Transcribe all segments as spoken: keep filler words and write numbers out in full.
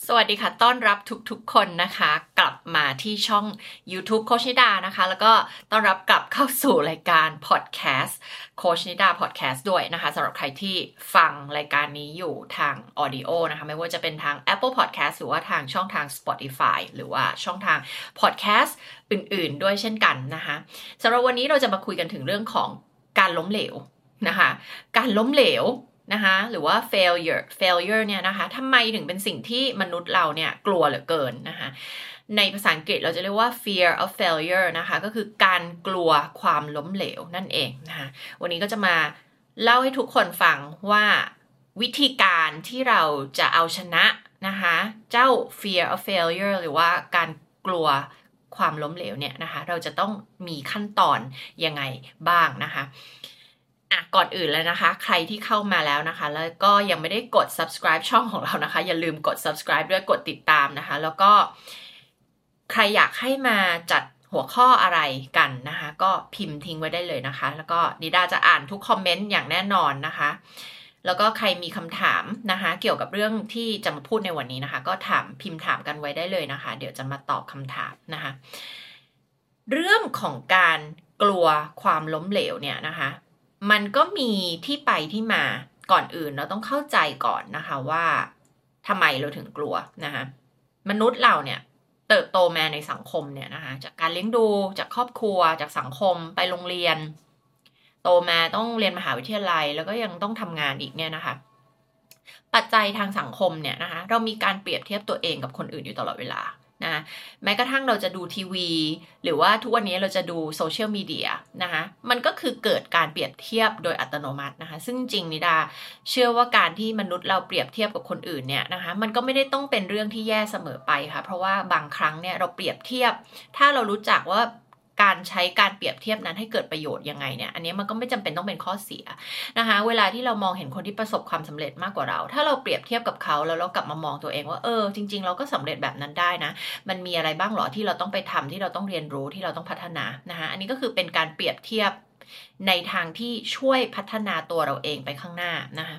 สวัสดีค่ะต้อนรับทุกๆคนนะคะกลับมาที่ช่อง YouTube โคชนิดานะคะแล้วก็ต้อนรับกลับเข้าสู่รายการพอดแคสต์โคชนิดาพอดแคสต์ด้วยนะคะสำหรับใครที่ฟังรายการนี้อยู่ทาง Audio นะคะไม่ว่าจะเป็นทาง Apple Podcast หรือว่าทางช่องทาง Spotify หรือว่าช่องทาง Podcast อื่นๆด้วยเช่นกันนะคะสำหรับวันนี้เราจะมาคุยกันถึงเรื่องของการล้มเหลวนะคะการล้มเหลวนะคะหรือว่า failure failure เนี่ยนะคะทำไมถึงเป็นสิ่งที่มนุษย์เราเนี่ยกลัวเหลือเกินนะคะในภาษาอังกฤษเราจะเรียกว่า fear of failure นะคะก็คือการกลัวความล้มเหลวนั่นเองนะคะวันนี้ก็จะมาเล่าให้ทุกคนฟังว่าวิธีการที่เราจะเอาชนะนะคะเจ้า fear of failure หรือว่าการกลัวความล้มเหลวเนี่ยนะคะเราจะต้องมีขั้นตอนยังไงบ้างนะคะก่อนอื่นเลยนะคะใครที่เข้ามาแล้วนะคะแล้วก็ยังไม่ได้กด subscribe ช่องของเรานะคะอย่าลืมกด subscribe ด้วยกดติดตามนะคะแล้วก็ใครอยากให้มาจัดหัวข้ออะไรกันนะคะก็พิมพ์ทิ้งไว้ได้เลยนะคะแล้วก็นิดาจะอ่านทุกคอมเมนต์อย่างแน่นอนนะคะแล้วก็ใครมีคำถามนะคะเกี่ยวกับเรื่องที่จะมาพูดในวันนี้นะคะก็ถามพิมพ์ถามกันไว้ได้เลยนะคะเดี๋ยวจะมาตอบคำถามนะคะเรื่องของการกลัวความล้มเหลวเนี่ยนะคะมันก็มีที่ไปที่มาก่อนอื่นเราต้องเข้าใจก่อนนะคะว่าทำไมเราถึงกลัวนะคะมนุษย์เราเนี่ยเติบโตมาในสังคมเนี่ยนะคะจากการเลี้ยงดูจากครอบครัวจากสังคมไปโรงเรียนโตมาต้องเรียนมหาวิทยาลัยแล้วก็ยังต้องทำงานอีกเนี่ยนะคะปัจจัยทางสังคมเนี่ยนะคะเรามีการเปรียบเทียบตัวเองกับคนอื่นอยู่ตลอดเวลานะแม้กระทั่งเราจะดูทีวีหรือว่าทุกวันนี้เราจะดูโซเชียลมีเดียนะคะมันก็คือเกิดการเปรียบเทียบโดยอัตโนมัตินะคะซึ่งจริงนิดาเชื่อว่าการที่มนุษย์เราเปรียบเทียบกับคนอื่นเนี่ยนะคะมันก็ไม่ได้ต้องเป็นเรื่องที่แย่เสมอไปค่ะเพราะว่าบางครั้งเนี่ยเราเปรียบเทียบถ้าเรารู้จักว่าการใช้การเปรียบเทียบนั้นให้เกิดประโยชน์ยังไงเนี่ยอันนี้มันก็ไม่จำเป็นต้องเป็นข้อเสียนะคะเวลาที่เรามองเห็นคนที่ประสบความสำเร็จมากกว่าเราถ้าเราเปรียบเทียบกับเขาแล้วเรากลับมามองตัวเองว่าเออจริงๆเราก็สำเร็จแบบนั้นได้นะมันมีอะไรบ้างหรอที่เราต้องไปทำที่เราต้องเรียนรู้ที่เราต้องพัฒนานะคะอันนี้ก็คือเป็นการเปรียบเทียบในทางที่ช่วยพัฒนาตัวเราเองไปข้างหน้านะคะ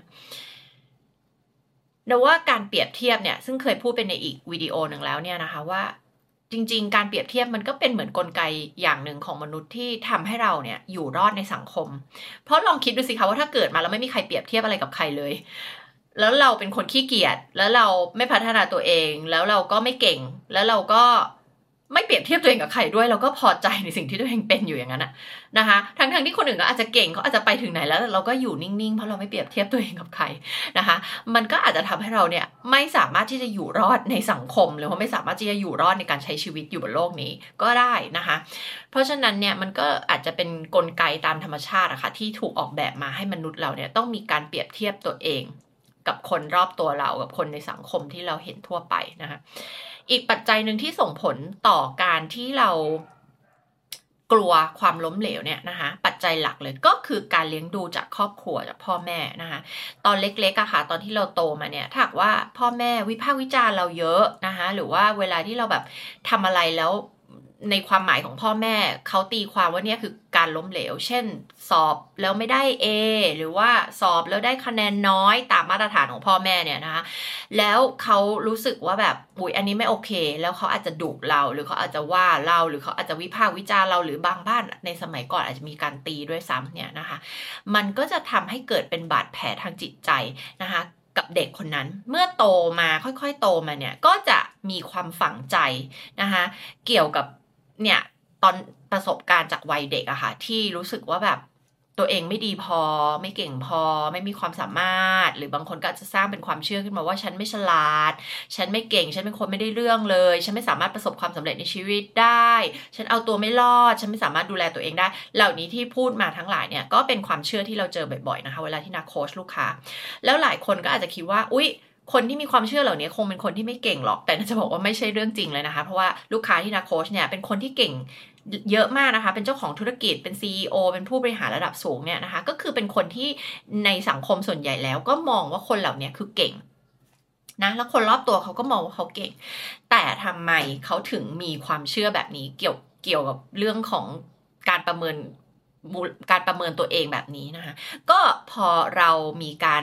แต่ว่าการเปรียบเทียบเนี่ยซึ่งเคยพูดไปในอีกวิดีโอหนึ่งแล้วเนี่ยนะคะว่าจริงๆการเปรียบเทียบมันก็เป็นเหมือนกลไกอย่างหนึ่งของมนุษย์ที่ทำให้เราเนี่ยอยู่รอดในสังคมเพราะลองคิดดูสิคะว่าถ้าเกิดมาแล้วไม่มีใครเปรียบเทียบอะไรกับใครเลยแล้วเราเป็นคนขี้เกียจแล้วเราไม่พัฒนาตัวเองแล้วเราก็ไม่เก่งแล้วเราก็ไม่เปรียบเทียบตัวเองกับใครด้วยเราก็พอใจในสิ่งที่ตัวเองเป็นอยู่อย่างนั้นนะคะทั้งๆที่คนอื่นก็อาจจะเก่งเขาอาจจะไปถึงไหนแล้วเราก็อยู่นิ่งๆเพราะเราไม่เปรียบเทียบตัวเองกับใครนะคะมันก็อาจจะทำให้เราเนี่ยไม่สามารถที่จะอยู่รอดในสังคมหรือว่าไม่สามารถที่จะอยู่รอดในการใช้ชีวิตอยู่บนโลกนี้ก็ได้นะคะเพราะฉะนั้นเนี่ยมันก็อาจจะเป็นกลไกตามธรรมชาติอะค่ะที่ถูกออกแบบมาให้มนุษย์เราเนี่ยต้องมีการเปรียบเทียบตัวเองกับคนรอบตัวเรากับคนในสังคมที่เราเห็นทั่วไปนะคะอีกปัจจัยหนึ่งที่ส่งผลต่อการที่เรากลัวความล้มเหลวเนี่ยนะคะปัจจัยหลักเลยก็คือการเลี้ยงดูจากครอบครัวจากพ่อแม่นะคะตอนเล็กๆอะค่ะตอนที่เราโตมาเนี่ยถ้าว่าพ่อแม่วิพากษ์วิจารณ์เราเยอะนะคะหรือว่าเวลาที่เราแบบทำอะไรแล้วในความหมายของพ่อแม่เขาตีความว่าเนี่ยคือการล้มเหลวเช่นสอบแล้วไม่ได้ A หรือว่าสอบแล้วได้คะแนนน้อยตามมาตรฐานของพ่อแม่เนี่ยนะคะแล้วเขารู้สึกว่าแบบอุ๊ยอันนี้ไม่โอเคแล้วเขาอาจจะดุเราหรือเขาอาจจะว่าเราหรือเขาอาจจะวิพากษ์วิจารณ์เราหรือบางบ้านในสมัยก่อนอาจจะมีการตีด้วยซ้ำเนี่ยนะคะมันก็จะทำให้เกิดเป็นบาดแผลทางจิตใจนะคะกับเด็กคนนั้นเมื่อโตมาค่อยๆโตมาเนี่ยก็จะมีความฝังใจนะคะเกี่ยวกับเนี่ยตอนประสบการณ์จากวัยเด็กอะค่ะที่รู้สึกว่าแบบตัวเองไม่ดีพอไม่เก่งพอไม่มีความสามารถหรือบางคนก็จะสร้างเป็นความเชื่อขึ้นมาว่าฉันไม่ฉลาดฉันไม่เก่งฉันเป็นคนไม่ได้เรื่องเลยฉันไม่สามารถประสบความสำเร็จในชีวิตได้ฉันเอาตัวไม่รอดฉันไม่สามารถดูแลตัวเองได้เหล่านี้ที่พูดมาทั้งหลายเนี่ยก็เป็นความเชื่อที่เราเจอบ่อยๆนะคะเวลาที่นักโค้ชลูกค้าแล้วหลายคนก็อาจจะคิดว่าอุ๊ยคนที่มีความเชื่อเหล่านี้คงเป็นคนที่ไม่เก่งหรอกแต่น่าจะบอกว่าไม่ใช่เรื่องจริงเลยนะคะเพราะว่าลูกค้าที่นักโค้ชเนี่ยเป็นคนที่เก่งเยอะมากนะคะเป็นเจ้าของธุรกิจเป็น ซี อี โอ เป็นผู้บริหารระดับสูงเนี่ยนะคะก็คือเป็นคนที่ในสังคมส่วนใหญ่แล้วก็มองว่าคนเหล่านี้คือเก่งนะแล้วคนรอบตัวเขาก็มองว่าเขาเก่งแต่ทำไมเขาถึงมีความเชื่อแบบนี้เกี่ยวเกี่ยวกับเรื่องของการประเมินการประเมินตัวเองแบบนี้นะคะก็พอเรามีการ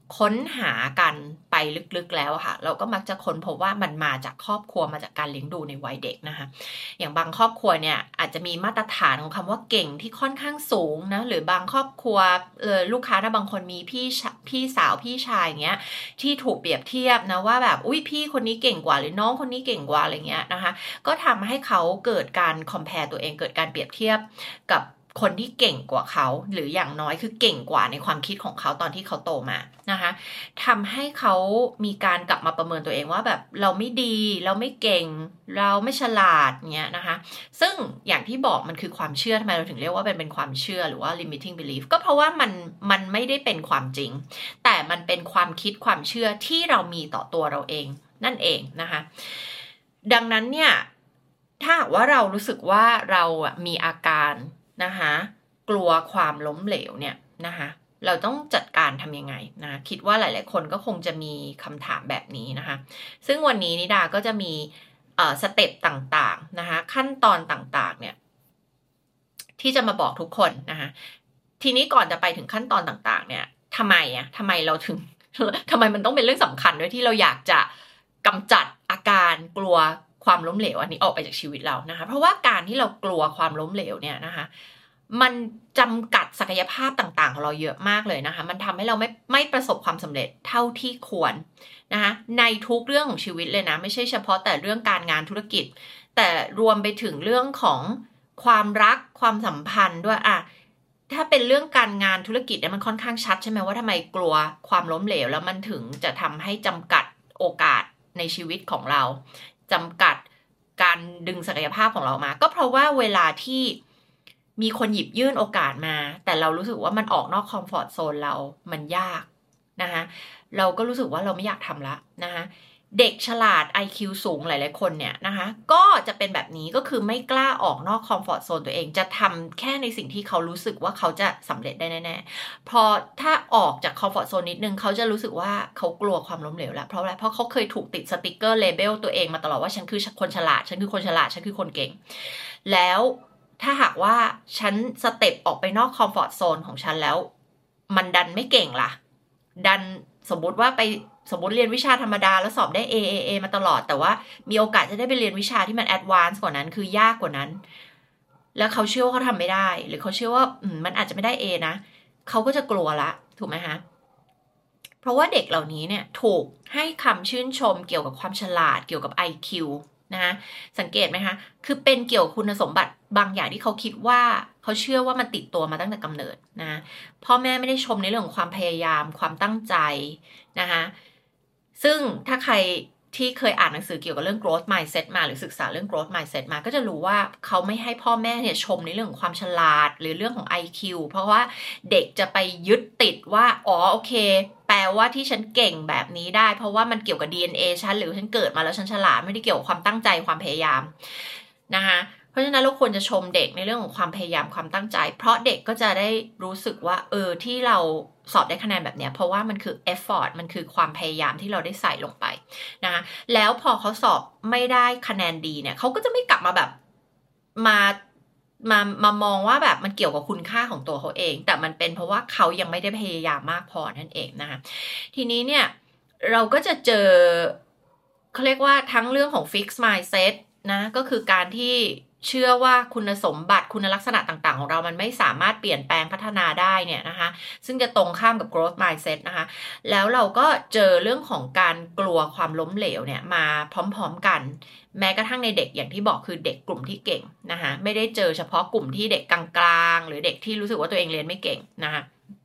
ค้นหากันไปลึกๆแล้วค่ะเราก็มักจะค้นพบว่ามันมาจากครอบครัวมาจากการเลี้ยงดูในวัยเด็กนะคะอย่างบางครอบครัวเนี่ยอาจจะมีมาตรฐานของคำว่าเก่งที่ค่อนข้างสูงนะหรือบางครอบครัวเออลูกค้านะบางคนมีพี่พี่สาวพี่ชายอย่างเงี้ยที่ถูกเปรียบเทียบนะว่าแบบอุ้ยพี่คนนี้เก่งกว่าหรือน้องคนนี้เก่งกว่าอะไรเงี้ยนะคะก็ทำให้เขาเกิดการ compare ตัวเองเกิดการเปรียบเทียบกับคนที่เก่งกว่าเขาหรืออย่างน้อยคือเก่งกว่าในความคิดของเขาตอนที่เขาโตมานะคะทำให้เขามีการกลับมาประเมินตัวเองว่าแบบเราไม่ดีเราไม่เก่งเราไม่ฉลาดเงี้ยนะคะซึ่งอย่างที่บอกมันคือความเชื่อทำไมเราถึงเรียกว่าเป็นเป็นความเชื่อหรือว่า limiting belief ก็เพราะว่ามันมันไม่ได้เป็นความจริงแต่มันเป็นความคิดความเชื่อที่เรามีต่อตัวเราเองนั่นเองนะคะดังนั้นเนี่ยถ้าว่าเรารู้สึกว่าเราอ่ะมีอาการนะคะกลัวความล้มเหลวเนี่ยนะคะเราต้องจัดการทำยังไงนะคิดว่าหลายๆคนก็คงจะมีคำถามแบบนี้นะคะซึ่งวันนี้นิดาก็จะมีเอ่อสเต็ปต่างๆนะคะขั้นตอนต่างๆเนี่ยที่จะมาบอกทุกคนนะคะทีนี้ก่อนจะไปถึงขั้นตอนต่างๆเนี่ยทำไมอ่ะทำไมเราถึง ทำไมมันต้องเป็นเรื่องสำคัญด้วยที่เราอยากจะกำจัดอาการกลัวความล้มเหลวอันนี้ออกไปจากชีวิตเรานะคะเพราะว่าการที่เรากลัวความล้มเหลวเนี่ยนะคะมันจำกัดศักยภาพต่างๆของเราเยอะมากเลยนะคะมันทำให้เราไม่ไม่ประสบความสำเร็จเท่าที่ควรนะคะในทุกเรื่องของชีวิตเลยนะไม่ใช่เฉพาะแต่เรื่องการงานธุรกิจแต่รวมไปถึงเรื่องของความรักความสัมพันธ์ด้วยอะถ้าเป็นเรื่องการงานธุรกิจเนี่ยมันค่อนข้างชัดใช่ไหมว่าทำไมกลัวความล้มเหลวแล้วมันถึงจะทำให้จำกัดโอกาสในชีวิตของเราจำกัดการดึงศักยภาพของเรามาก็เพราะว่าเวลาที่มีคนหยิบยื่นโอกาสมาแต่เรารู้สึกว่ามันออกนอกคอมฟอร์ตโซนเรามันยากนะคะเราก็รู้สึกว่าเราไม่อยากทำละนะคะเด็กฉลาด ไอ คิว สูงหลายๆคนเนี่ยนะคะก็จะเป็นแบบนี้ก็คือไม่กล้าออกนอกคอมฟอร์ตโซนตัวเองจะทำแค่ในสิ่งที่เขารู้สึกว่าเขาจะสำเร็จได้แน่ๆพอถ้าออกจากคอมฟอร์ตโซนนิดนึงเขาจะรู้สึกว่าเขากลัวความล้มเหลวแล้วเพราะอะไรเพราะเขาเคยถูกติดสติกเกอร์เลเบลตัวเองมาตลอดว่าฉันคือคนฉลาดฉันคือคนฉลาดฉันคือคนเก่งแล้วถ้าหากว่าฉันสเต็ปออกไปนอกคอมฟอร์ตโซนของฉันแล้วมันดันไม่เก่งล่ะดันสมมติว่าไปสมมติเรียนวิชาธรรมดาแล้วสอบได้ A A A มาตลอดแต่ว่ามีโอกาสจะได้ไปเรียนวิชาที่มันแอดวานซ์กว่านั้นคือยากกว่านั้นแล้วเขาเชื่อว่าเขาทำไม่ได้หรือเขาเชื่อว่ามันอาจจะไม่ได้ A นะเขาก็จะกลัวละถูกไหมคะเพราะว่าเด็กเหล่านี้เนี่ยถูกให้คำชื่นชมเกี่ยวกับความฉลาดเกี่ยวกับ ไอ คิว นะสังเกตไหมคะคือเป็นเกี่ยวกับคุณสมบัติบางอย่างที่เขาคิดว่าเขาเชื่อว่ามันติดตัวมาตั้งแต่กำเนิดนะพ่อแม่ไม่ได้ชมในเรื่องของความพยายามความตั้งใจนะคะซึ่งถ้าใครที่เคยอ่านหนังสือเกี่ยวกับเรื่อง growth mindset มาหรือศึกษาเรื่อง growth mindset มาก็จะรู้ว่าเขาไม่ให้พ่อแม่เนี่ยชมในเรื่องของความฉลาดหรือเรื่องของ ไอ คิว เพราะว่าเด็กจะไปยึดติดว่าอ๋อโอเคแปลว่าที่ฉันเก่งแบบนี้ได้เพราะว่ามันเกี่ยวกับ ดี เอ็น เอ ฉันหรือฉันเกิดมาแล้วฉันฉลาดไม่ได้เกี่ยวกับความตั้งใจความพยายามนะคะเพราะฉะนั้นเราควรจะชมเด็กในเรื่องของความพยายามความตั้งใจเพราะเด็กก็จะได้รู้สึกว่าเออที่เราสอบได้คะแนนแบบเนี้ยเพราะว่ามันคือ effort มันคือความพยายามที่เราได้ใส่ลงไปนะคะแล้วพอเขาสอบไม่ได้คะแนนดีเนี่ยเขาก็จะไม่กลับมาแบบมามามามองว่าแบบมันเกี่ยวกับคุณค่าของตัวเขาเองแต่มันเป็นเพราะว่าเขายังไม่ได้พยายามมากพอนั่นเองนะคะทีนี้เนี่ยเราก็จะเจอเขาเรียกว่าทั้งเรื่องของ fixed mindset นะก็คือการที่เชื่อว่าคุณสมบัติคุณลักษณะต่างๆของเรามันไม่สามารถเปลี่ยนแปลงพัฒนาได้เนี่ยนะคะซึ่งจะตรงข้ามกับ growth mindset นะคะแล้วเราก็เจอเรื่องของการกลัวความล้มเหลวเนี่ยมาพร้อมๆกันแม้กระทั่งในเด็กอย่างที่บอกคือเด็กกลุ่มที่เก่งนะคะไม่ได้เจอเฉพาะกลุ่มที่เด็กกลางๆหรือเด็กที่รู้สึกว่าตัวเองเรียนไม่เก่งนะคะ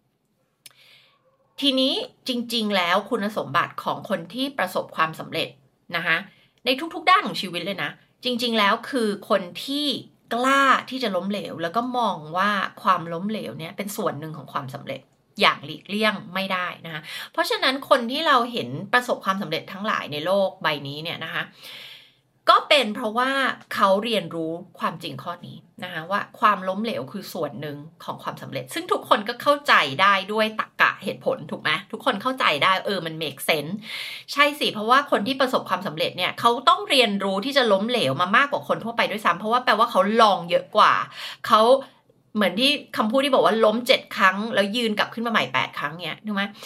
ทีนี้จริงๆแล้วคุณสมบัติของคนที่ประสบความสำเร็จนะคะในทุกๆด้านของชีวิตเลยนะจริงๆแล้วคือคนที่กล้าที่จะล้มเหลวแล้วก็มองว่าความล้มเหลวเนี่ยเป็นส่วนหนึ่งของความสำเร็จอย่างหลีกเลี่ยงไม่ได้นะคะเพราะฉะนั้นคนที่เราเห็นประสบความสำเร็จทั้งหลายในโลกใบนี้เนี่ยนะคะก็เป็นเพราะว่าเขาเรียนรู้ความจริงข้อนี้นะคะว่าความล้มเหลวคือส่วนหนึ่งของความสำเร็จซึ่งทุกคนก็เข้าใจได้ด้วยตรรกะเหตุผลถูกไหมทุกคนเข้าใจได้เออมัน make sense ใช่สิเพราะว่าคนที่ประสบความสำเร็จเนี่ยเขาต้องเรียนรู้ที่จะล้มเหลวมามากกว่าคนทั่วไปด้วยซ้ำเพราะว่าแปลว่าเขาลองเยอะกว่าเขาเหมือนที่คำพูดที่บอกว่าล้มเจ็ดครั้งแล้วยืนกลับขึ้นมาใหม่แปดครั้งเนี่ยถูกไหม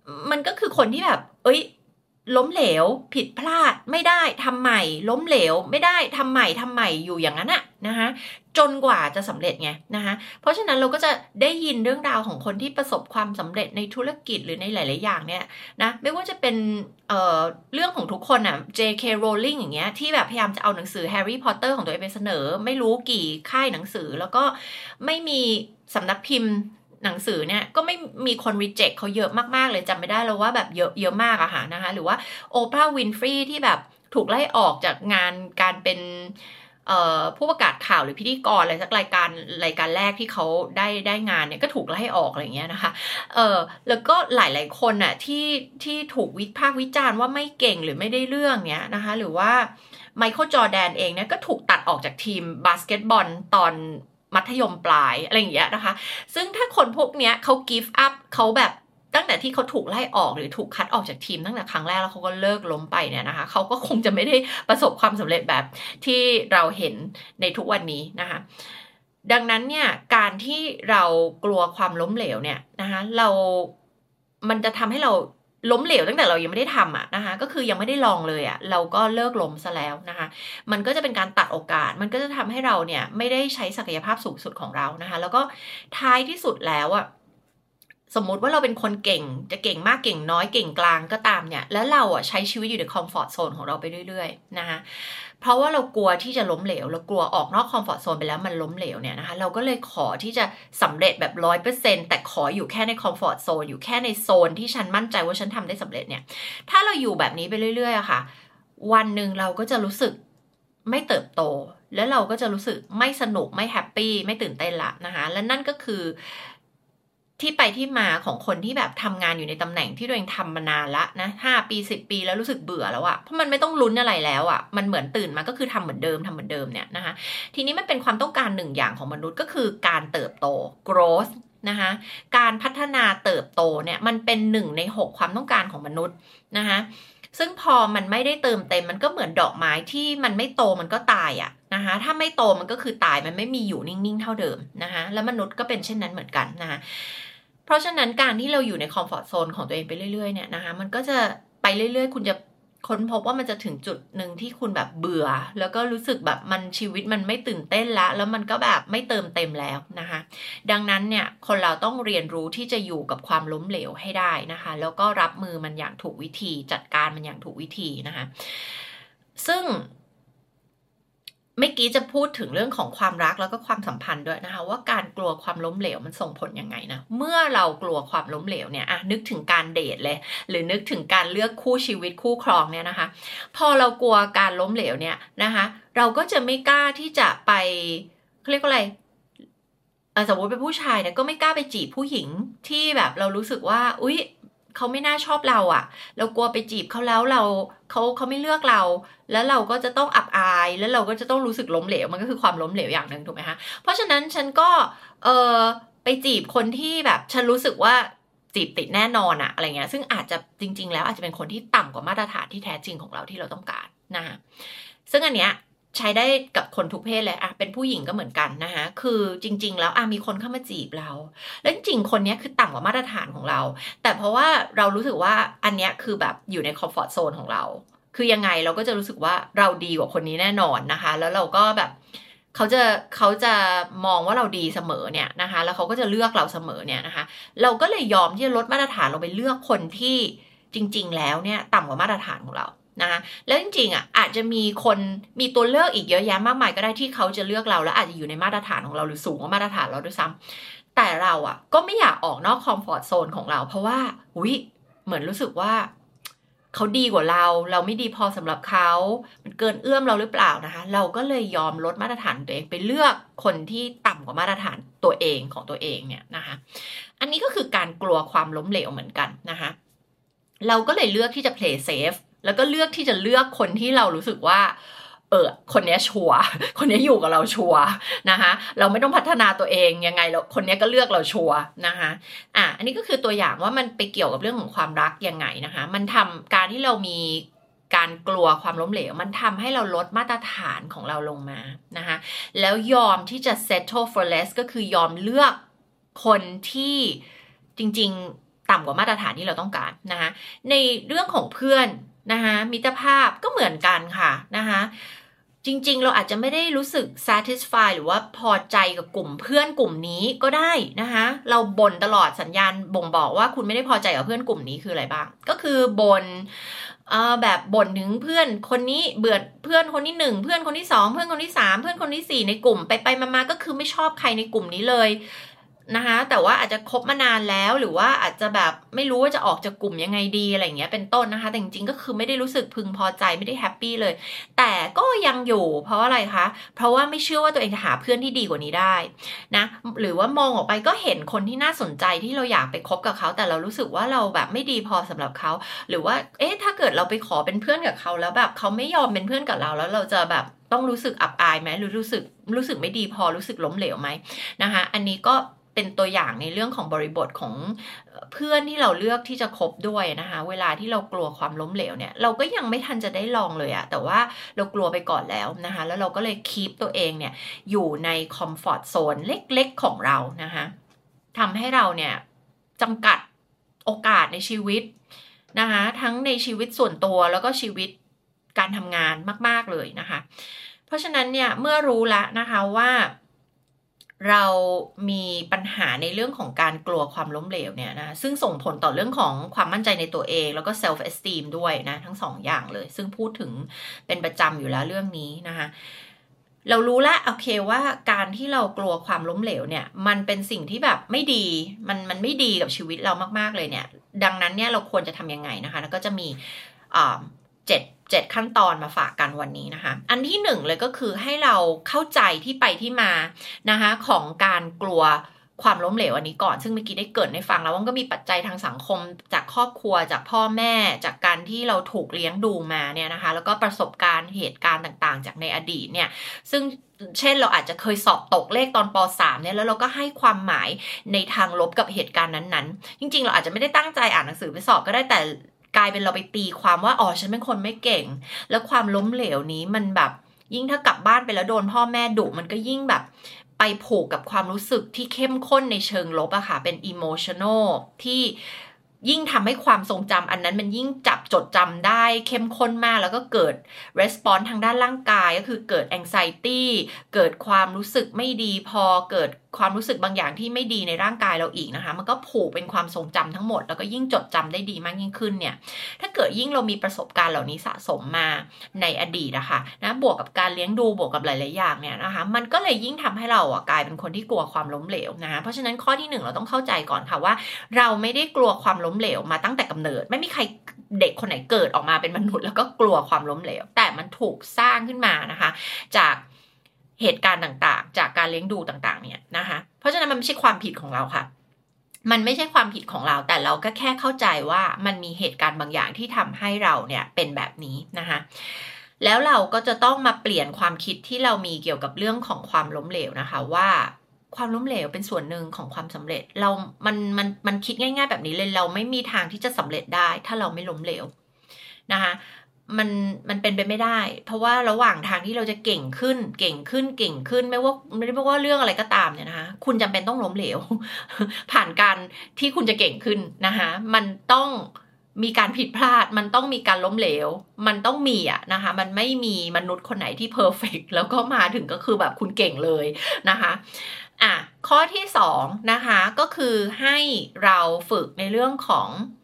มันก็คือคนที่แบบเอ้ยล้มเหลวผิดพลาดไม่ได้ทำใหม่ล้มเหลวไม่ได้ทำใหม่ทำใหม่อยู่อย่างนั้นอะนะคะจนกว่าจะสำเร็จไงนะคะเพราะฉะนั้นเราก็จะได้ยินเรื่องราวของคนที่ประสบความสำเร็จในธุรกิจหรือในหลายๆอย่างเนี่ยนะไม่ว่าจะเป็นเอ่อเรื่องของทุกคนอะ เจ เค Rowling อย่างเงี้ยที่แบบพยายามจะเอาหนังสือ Harry Potter ของตัวเองไปเสนอไม่รู้กี่ค่ายหนังสือแล้วก็ไม่มีสำนักพิมพ์หนังสือเนี่ยก็ไม่มีคน reject เขาเยอะมากๆเลยจำไม่ได้แล้วว่าแบบเยอะเยอะมากอะค่ะนะคะหรือว่าโอปราห์วินฟรีที่แบบถูกไล่ออกจากงานการเป็นผู้ประกาศข่าวหรือพิธีกรอะไรสักรายการรายการแรกที่เขาได้ได้งานเนี่ยก็ถูกไล่ออกอะไรเงี้ยนะคะเออแล้วก็หลายๆคนน่ะที่ที่ถูกวิพากษ์วิจารณ์ว่าไม่เก่งหรือไม่ได้เรื่องเนี้ยนะคะหรือว่าไมเคิลจอร์แดนเองเนี่ยก็ถูกตัดออกจากทีมบาสเกตบอลตอนมัธยมปลายอะไรอย่างเงี้ยนะคะซึ่งถ้าคนพวกเนี้ยเขา give up เขาแบบตั้งแต่ที่เขาถูกไล่ออกหรือถูกคัดออกจากทีมตั้งแต่ครั้งแรกแล้วเขาก็เลิกล้มไปเนี่ยนะคะเขาก็คงจะไม่ได้ประสบความสำเร็จแบบที่เราเห็นในทุกวันนี้นะคะดังนั้นเนี่ยการที่เรากลัวความล้มเหลวเนี่ยนะคะเรามันจะทำให้เราล้มเหลวตั้งแต่เรายังไม่ได้ทำอ่ะนะคะก็คือยังไม่ได้ลองเลยอ่ะเราก็เลิกล้มซะแล้วนะคะมันก็จะเป็นการตัดโอกาสมันก็จะทำให้เราเนี่ยไม่ได้ใช้ศักยภาพสูงสุดของเรานะคะแล้วก็ท้ายที่สุดแล้วอ่ะสมมุติว่าเราเป็นคนเก่งจะเก่งมากเก่งน้อยเก่งกลางก็ตามเนี่ยแล้วเราอ่ะใช้ชีวิตอยู่ในคอมฟอร์ตโซนของเราไปเรื่อยๆนะคะเพราะว่าเรากลัวที่จะล้มเหลวเรากลัวออกนอกคอมฟอร์ตโซนไปแล้วมันล้มเหลวเนี่ยนะคะเราก็เลยขอที่จะสำเร็จแบบ ร้อยเปอร์เซ็นต์ แต่ขออยู่แค่ในคอมฟอร์ตโซนอยู่แค่ในโซนที่ฉันมั่นใจว่าฉันทำได้สำเร็จเนี่ยถ้าเราอยู่แบบนี้ไปเรื่อยๆอะค่ะวันหนึ่งเราก็จะรู้สึกไม่เติบโตแล้วเราก็จะรู้สึกไม่สนุกไม่แฮปปี้ไม่ตื่นเต้นละนะคะและนั่นก็คือที่ไปที่มาของคนที่แบบทำงานอยู่ในตำแหน่งที่ตัวเองทำมานานละนะห้าปีสิบปีแล้วรู้สึกเบื่อแล้วอะเพราะมันไม่ต้องลุ้นอะไรแล้วอะมันเหมือนตื่นมาก็คือทำเหมือนเดิมทำเหมือนเดิมเนี่ยนะคะทีนี้มันเป็นความต้องการหนึ่งอย่างของมนุษย์ก็คือการเติบโต growth นะคะการพัฒนาเติบโตเนี่ยมันเป็นหนึ่งในหกความต้องการของมนุษย์นะคะซึ่งพอมันไม่ได้เติมเต็มมันก็เหมือนดอกไม้ที่มันไม่โตมันก็ตายอะนะคะถ้าไม่โตมันก็คือตายมันไม่มีอยู่นิ่งๆเท่าเดิมนะคะแล้วมนุษย์ก็เป็นเช่นนั้นเหมือนกันนะคะเพราะฉะนั้นการที่เราอยู่ในคอมฟอร์ตโซนของตัวเองไปเรื่อยๆเนี่ยนะคะมันก็จะไปเรื่อยๆคุณจะค้นพบว่ามันจะถึงจุดหนึ่งที่คุณแบบเบื่อแล้วก็รู้สึกแบบมันชีวิตมันไม่ตื่นเต้นละแล้วมันก็แบบไม่เติมเต็มแล้วนะคะดังนั้นเนี่ยคนเราต้องเรียนรู้ที่จะอยู่กับความล้มเหลวให้ได้นะคะแล้วก็รับมือมันอย่างถูกวิธีจัดการมันอย่างถูกวิธีนะคะซึ่งเมื่อกี้จะพูดถึงเรื่องของความรักแล้วก็ความสัมพันธ์ด้วยนะคะว่าการกลัวความล้มเหลวมันส่งผลยังไงนะเมื่อเรากลัวความล้มเหลวเนี่ยอะนึกถึงการเดทเลยหรือนึกถึงการเลือกคู่ชีวิตคู่ครองเนี่ยนะคะพอเรากลัวการล้มเหลวเนี่ยนะคะเราก็จะไม่กล้าที่จะไปเขาเรียกว่าอะไรสมมติเป็นผู้ชายเนี่ยก็ไม่กล้าไปจีบผู้หญิงที่แบบเรารู้สึกว่าอุ๊ยเขาไม่น่าชอบเราอ่ะเรากลัวไปจีบเขาแล้วเราเขาเขาไม่เลือกเราแล้วเราก็จะต้องอับอายแล้วเราก็จะต้องรู้สึกล้มเหลวมันก็คือความล้มเหลวอย่างหนึ่งถูกไหมคะเพราะฉะนั้นฉันก็เออไปจีบคนที่แบบฉันรู้สึกว่าจีบติดแน่นอนอะอะไรเงี้ยซึ่งอาจจะจริงๆแล้วอาจจะเป็นคนที่ต่ำกว่ามาตรฐานที่แท้จริงของเราที่เราต้องการนะคะซึ่งอันเนี้ยใช้ได้กับคนทุกเพศเลยอะเป็นผู้หญิงก็เหมือนกันนะคะคือจริงๆแล้วอะมีคนเข้ามาจีบเราแล้วจริงๆคนนี้คือต่ำกว่ามาตรฐานของเราแต่เพราะว่าเรารู้สึกว่าอันเนี้ยคือแบบอยู่ในคอมฟอร์ตโซนของเราคือยังไงเราก็จะรู้สึกว่าเราดีกว่าคนนี้แน่นอนนะคะแล้วเราก็แบบเขาจะเขาจะมองว่าเราดีเสมอเนี่ยนะคะแล้วเขาก็จะเลือกเราเสมอเนี่ยนะคะเราก็เลยยอมที่จะลดมาตรฐานเราไปเลือกคนที่จริงๆแล้วเนี่ยต่ำกว่ามาตรฐานของเรานะคะแล้วจริงๆอ่ะอาจจะมีคนมีตัวเลือกอีกเยอะแยะมากมายก็ได้ที่เขาจะเลือกเราแล้วอาจจะอยู่ในมาตรฐานของเราหรือสูงกว่ามาตรฐานเราด้วยซ้ำแต่เราอ่ะก็ไม่อยากออกนอกคอมฟอร์ตโซนของเราเพราะว่าอุ๊ยเหมือนรู้สึกว่าเขาดีกว่าเราเราไม่ดีพอสำหรับเขามันเกินเอื้อมเราหรือเปล่านะคะเราก็เลยยอมลดมาตรฐานตัวเองไปเลือกคนที่ต่ำกว่ามาตรฐานตัวเองของตัวเองเนี่ยนะคะอันนี้ก็คือการกลัวความล้มเหลวเหมือนกันนะคะเราก็เลยเลือกที่จะ play safe แล้วก็เลือกที่จะเลือกคนที่เรารู้สึกว่าเออคนนี้ชัวร์คนนี้อยู่กับเราชัวร์นะคะเราไม่ต้องพัฒนาตัวเองยังไงเราคนนี้ก็เลือกเราชัวร์นะคะอ่ะอันนี้ก็คือตัวอย่างว่ามันไปเกี่ยวกับเรื่องของความรักยังไงนะคะมันทำการที่เรามีการกลัวความล้มเหลวมันทำให้เราลดมาตรฐานของเราลงมานะคะแล้วยอมที่จะ settle for less ก็คือยอมเลือกคนที่จริงๆต่ำกว่ามาตรฐานที่เราต้องการนะคะในเรื่องของเพื่อนนะคะมิตรภาพก็เหมือนกันค่ะนะคะจริงๆเราอาจจะไม่ได้รู้สึก satisfy หรือว่าพอใจกับกลุ่มเพื่อนกลุ่มนี้ก็ได้นะคะเราบ่นตลอดสัญญาณบ่งบอกว่าคุณไม่ได้พอใจกับเพื่อนกลุ่มนี้คืออะไรบ้างก็คือบ่นเอ่อแบบบ่นถึงเพื่อนคนนี้เบื่อเพื่อนคนที่หนึ่งเพื่อนคนที่สองเพื่อนคนที่สามเพื่อนคนที่สี่ในกลุ่มไปไปมาๆก็คือไม่ชอบใครในกลุ่มนี้เลยนะคะแต่ว่าอาจจะคบมานานแล้วหรือว่าอาจจะแบบไม่รู้ว่าจะออกจากกลุ่มยังไงดีอะไรอย่างเงี้ยเป็นต้นนะคะแต่จริงๆก็คือไม่ได้รู้สึกพึงพอใจไม่ได้แฮปปี้เลยแต่ก็ยังอยู่เพราะอะไรคะเพราะว่าไม่เชื่อว่าตัวเองจะหาเพื่อนที่ดีกว่านี้ได้นะหรือว่ามองออกไปก็เห็นคนที่น่าสนใจที่เราอยากไปคบกับเขาแต่เรารู้สึกว่าเราแบบไม่ดีพอสำหรับเขาหรือว่าเอ๊ะถ้าเกิดเราไปขอเป็นเพื่อนกับเขาแล้วแบบเขาไม่ยอมเป็นเพื่อนกับเราแล้วเราจะแบบต้องรู้สึกอับอายไหมหรือรู้สึกรู้สึกไม่ดีพอรู้สึกล้มเหลวไหมนะคะอันนี้ก็เป็นตัวอย่างในเรื่องของบริบทของเพื่อนที่เราเลือกที่จะคบด้วยนะคะเวลาที่เรากลัวความล้มเหลวเนี่ยเราก็ยังไม่ทันจะได้ลองเลยอะแต่ว่าเรากลัวไปก่อนแล้วนะคะแล้วเราก็เลยคีปตัวเองเนี่ยอยู่ในคอมฟอร์ตโซนเล็กๆของเรานะคะทำให้เราเนี่ยจำกัดโอกาสในชีวิตนะคะทั้งในชีวิตส่วนตัวแล้วก็ชีวิตการทำงานมากๆเลยนะคะเพราะฉะนั้นเนี่ยเมื่อรู้แล้วนะคะว่าเรามีปัญหาในเรื่องของการกลัวความล้มเหลวเนี่ยนะซึ่งส่งผลต่อเรื่องของความมั่นใจในตัวเองแล้วก็ self esteem ด้วยนะทั้งสองอย่างเลยซึ่งพูดถึงเป็นประจำอยู่แล้วเรื่องนี้นะคะเรารู้แล้วโอเคว่าการที่เรากลัวความล้มเหลวเนี่ยมันเป็นสิ่งที่แบบไม่ดีมันมันไม่ดีกับชีวิตเรามากๆเลยเนี่ยดังนั้นเนี่ยเราควรจะทำยังไงนะคะแล้วก็จะมีอ่าเจ็ดเจ็ดขั้นตอนมาฝากกันวันนี้นะคะอันที่หนึ่งเลยก็คือให้เราเข้าใจที่ไปที่มานะคะของการกลัวความล้มเหลวอันนี้ก่อนซึ่งเมื่อกี้ได้เกริ่นให้ฟังแล้วว่าก็มีปัจจัยทางสังคมจากครอบครัวจากพ่อแม่จากการที่เราถูกเลี้ยงดูมาเนี่ยนะคะแล้วก็ประสบการณ์เหตุการณ์ต่างๆจากในอดีตเนี่ยซึ่งเช่นเราอาจจะเคยสอบตกเลขตอนป.สาม เนี่ยแล้วเราก็ให้ความหมายในทางลบกับเหตุการณ์นั้นๆจริงๆเราอาจจะไม่ได้ตั้งใจอ่านหนังสือไปสอบก็ได้แต่กลายเป็นเราไปตีความว่าอ๋อฉันเป็นคนไม่เก่งแล้วความล้มเหลวนี้มันแบบยิ่งถ้ากลับบ้านไปแล้วโดนพ่อแม่ดุมันก็ยิ่งแบบไปผูกกับความรู้สึกที่เข้มข้นในเชิงลบอะค่ะเป็น emotional ที่ยิ่งทำให้ความทรงจำอันนั้นมันยิ่งจับจดจำได้เข้มข้นมากแล้วก็เกิด response ทางด้านร่างกายก็คือเกิด anxiety เกิดความรู้สึกไม่ดีพอเกิดความรู้สึกบางอย่างที่ไม่ดีในร่างกายเราอีกนะคะมันก็ผูกเป็นความทรงจำทั้งหมดแล้วก็ยิ่งจดจำได้ดีมากยิ่งขึ้นเนี่ยถ้าเกิดยิ่งเรามีประสบการณ์เหล่านี้สะสมมาในอดีตนะคะนะบวกกับการเลี้ยงดูบวกกับหลายๆอย่างเนี่ยนะคะมันก็เลยยิ่งทำให้เราอ่ะกลายเป็นคนที่กลัวความล้มเหลวนะคะเพราะฉะนั้นข้อที่หนึ่งเราต้องเข้าใจก่อนค่ะว่าเราไม่ได้กลัวความล้มเหลวมาตั้งแต่กำเนิดไม่มีใครเด็กคนไหนเกิดออกมาเป็นมนุษย์แล้วก็กลัวความล้มเหลวแต่มันถูกสร้างขึ้นมานะคะจากเหตุการณ์ต่างๆจากการเลี้ยงดูต่างๆเนี่ยนะคะเพราะฉะนั้นมันไม่ใช่ความผิดของเราค่ะมันไม่ใช่ความผิดของเราแต่เราก็แค่เข้าใจว่ามันมีเหตุการณ์บางอย่างที่ทำให้เราเนี่ยเป็นแบบนี้นะคะแล้วเราก็จะต้องมาเปลี่ยนความคิดที่เรามีเกี่ยวกับเรื่องของความล้มเหลวนะคะว่าความล้มเหลวเป็นส่วนหนึ่งของความสำเร็จเรามันมันมันคิดง่ายๆแบบนี้เลยเราไม่มีทางที่จะสำเร็จได้ถ้าเราไม่ล้มเหลวนะคะมันมันเป็นไปไม่ได้เพราะว่าระหว่างทางที่เราจะเก่งขึ้นเก่งขึ้นเก่งขึ้นไม่ว่าไม่ว่าว่าเรื่องอะไรก็ตามเนี่ยนะคะคุณจำเป็นต้องล้มเหลว ผ่านการที่คุณจะเก่งขึ้นนะคะมันต้องมีการผิดพลาดมันต้องมีการล้มเหลวมันต้องมีอะนะคะมันไม่มีมนุษย์คนไหนที่เพอร์เฟกต์แล้วก็มาถึงก็คือแบบคุณเก่งเลยนะคะอ่ะข้อที่สองนะคะก็คือให้เราฝึกในเรื่องของ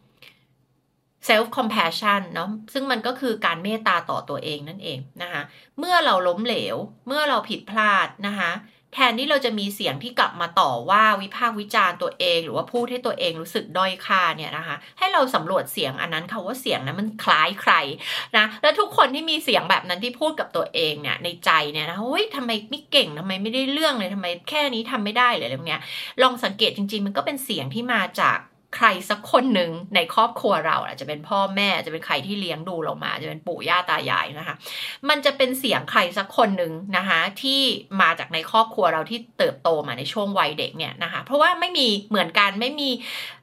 self compassion เนาะซึ่งมันก็คือการเมตตาต่อตัวเองนั่นเองนะคะเมื่อเราล้มเหลวเมื่อเราผิดพลาดนะคะแทนที่เราจะมีเสียงที่กลับมาต่อว่าวิพากษ์วิจารณ์ตัวเองหรือว่าพูดให้ตัวเองรู้สึกด้อยค่าเนี่ยนะคะให้เราสำรวจเสียงอันนั้นค่ะว่าเสียงนั้นมันคล้ายใครนะแล้วทุกคนที่มีเสียงแบบนั้นที่พูดกับตัวเองเนี่ยในใจเนี่ยนะเฮ้ยทำไมไม่เก่งทำไมไม่ได้เรื่องเลยทำไมแค่นี้ทำไม่ได้เลยอะไรแบบเนี้ยลองสังเกตจริงๆมันก็เป็นเสียงที่มาจากใครสักคนหนึ่งในครอบครัวเราอาจจะเป็นพ่อแม่จะเป็นใครที่เลี้ยงดูเรามาจะเป็นปู่ย่าตายายนะคะมันจะเป็นเสียงใครสักคนหนึ่งนะคะที่มาจากในครอบครัวเราที่เติบโตมาในช่วงวัยเด็กเนี่ยนะคะเพราะว่าไม่มีเหมือนกันไม่มี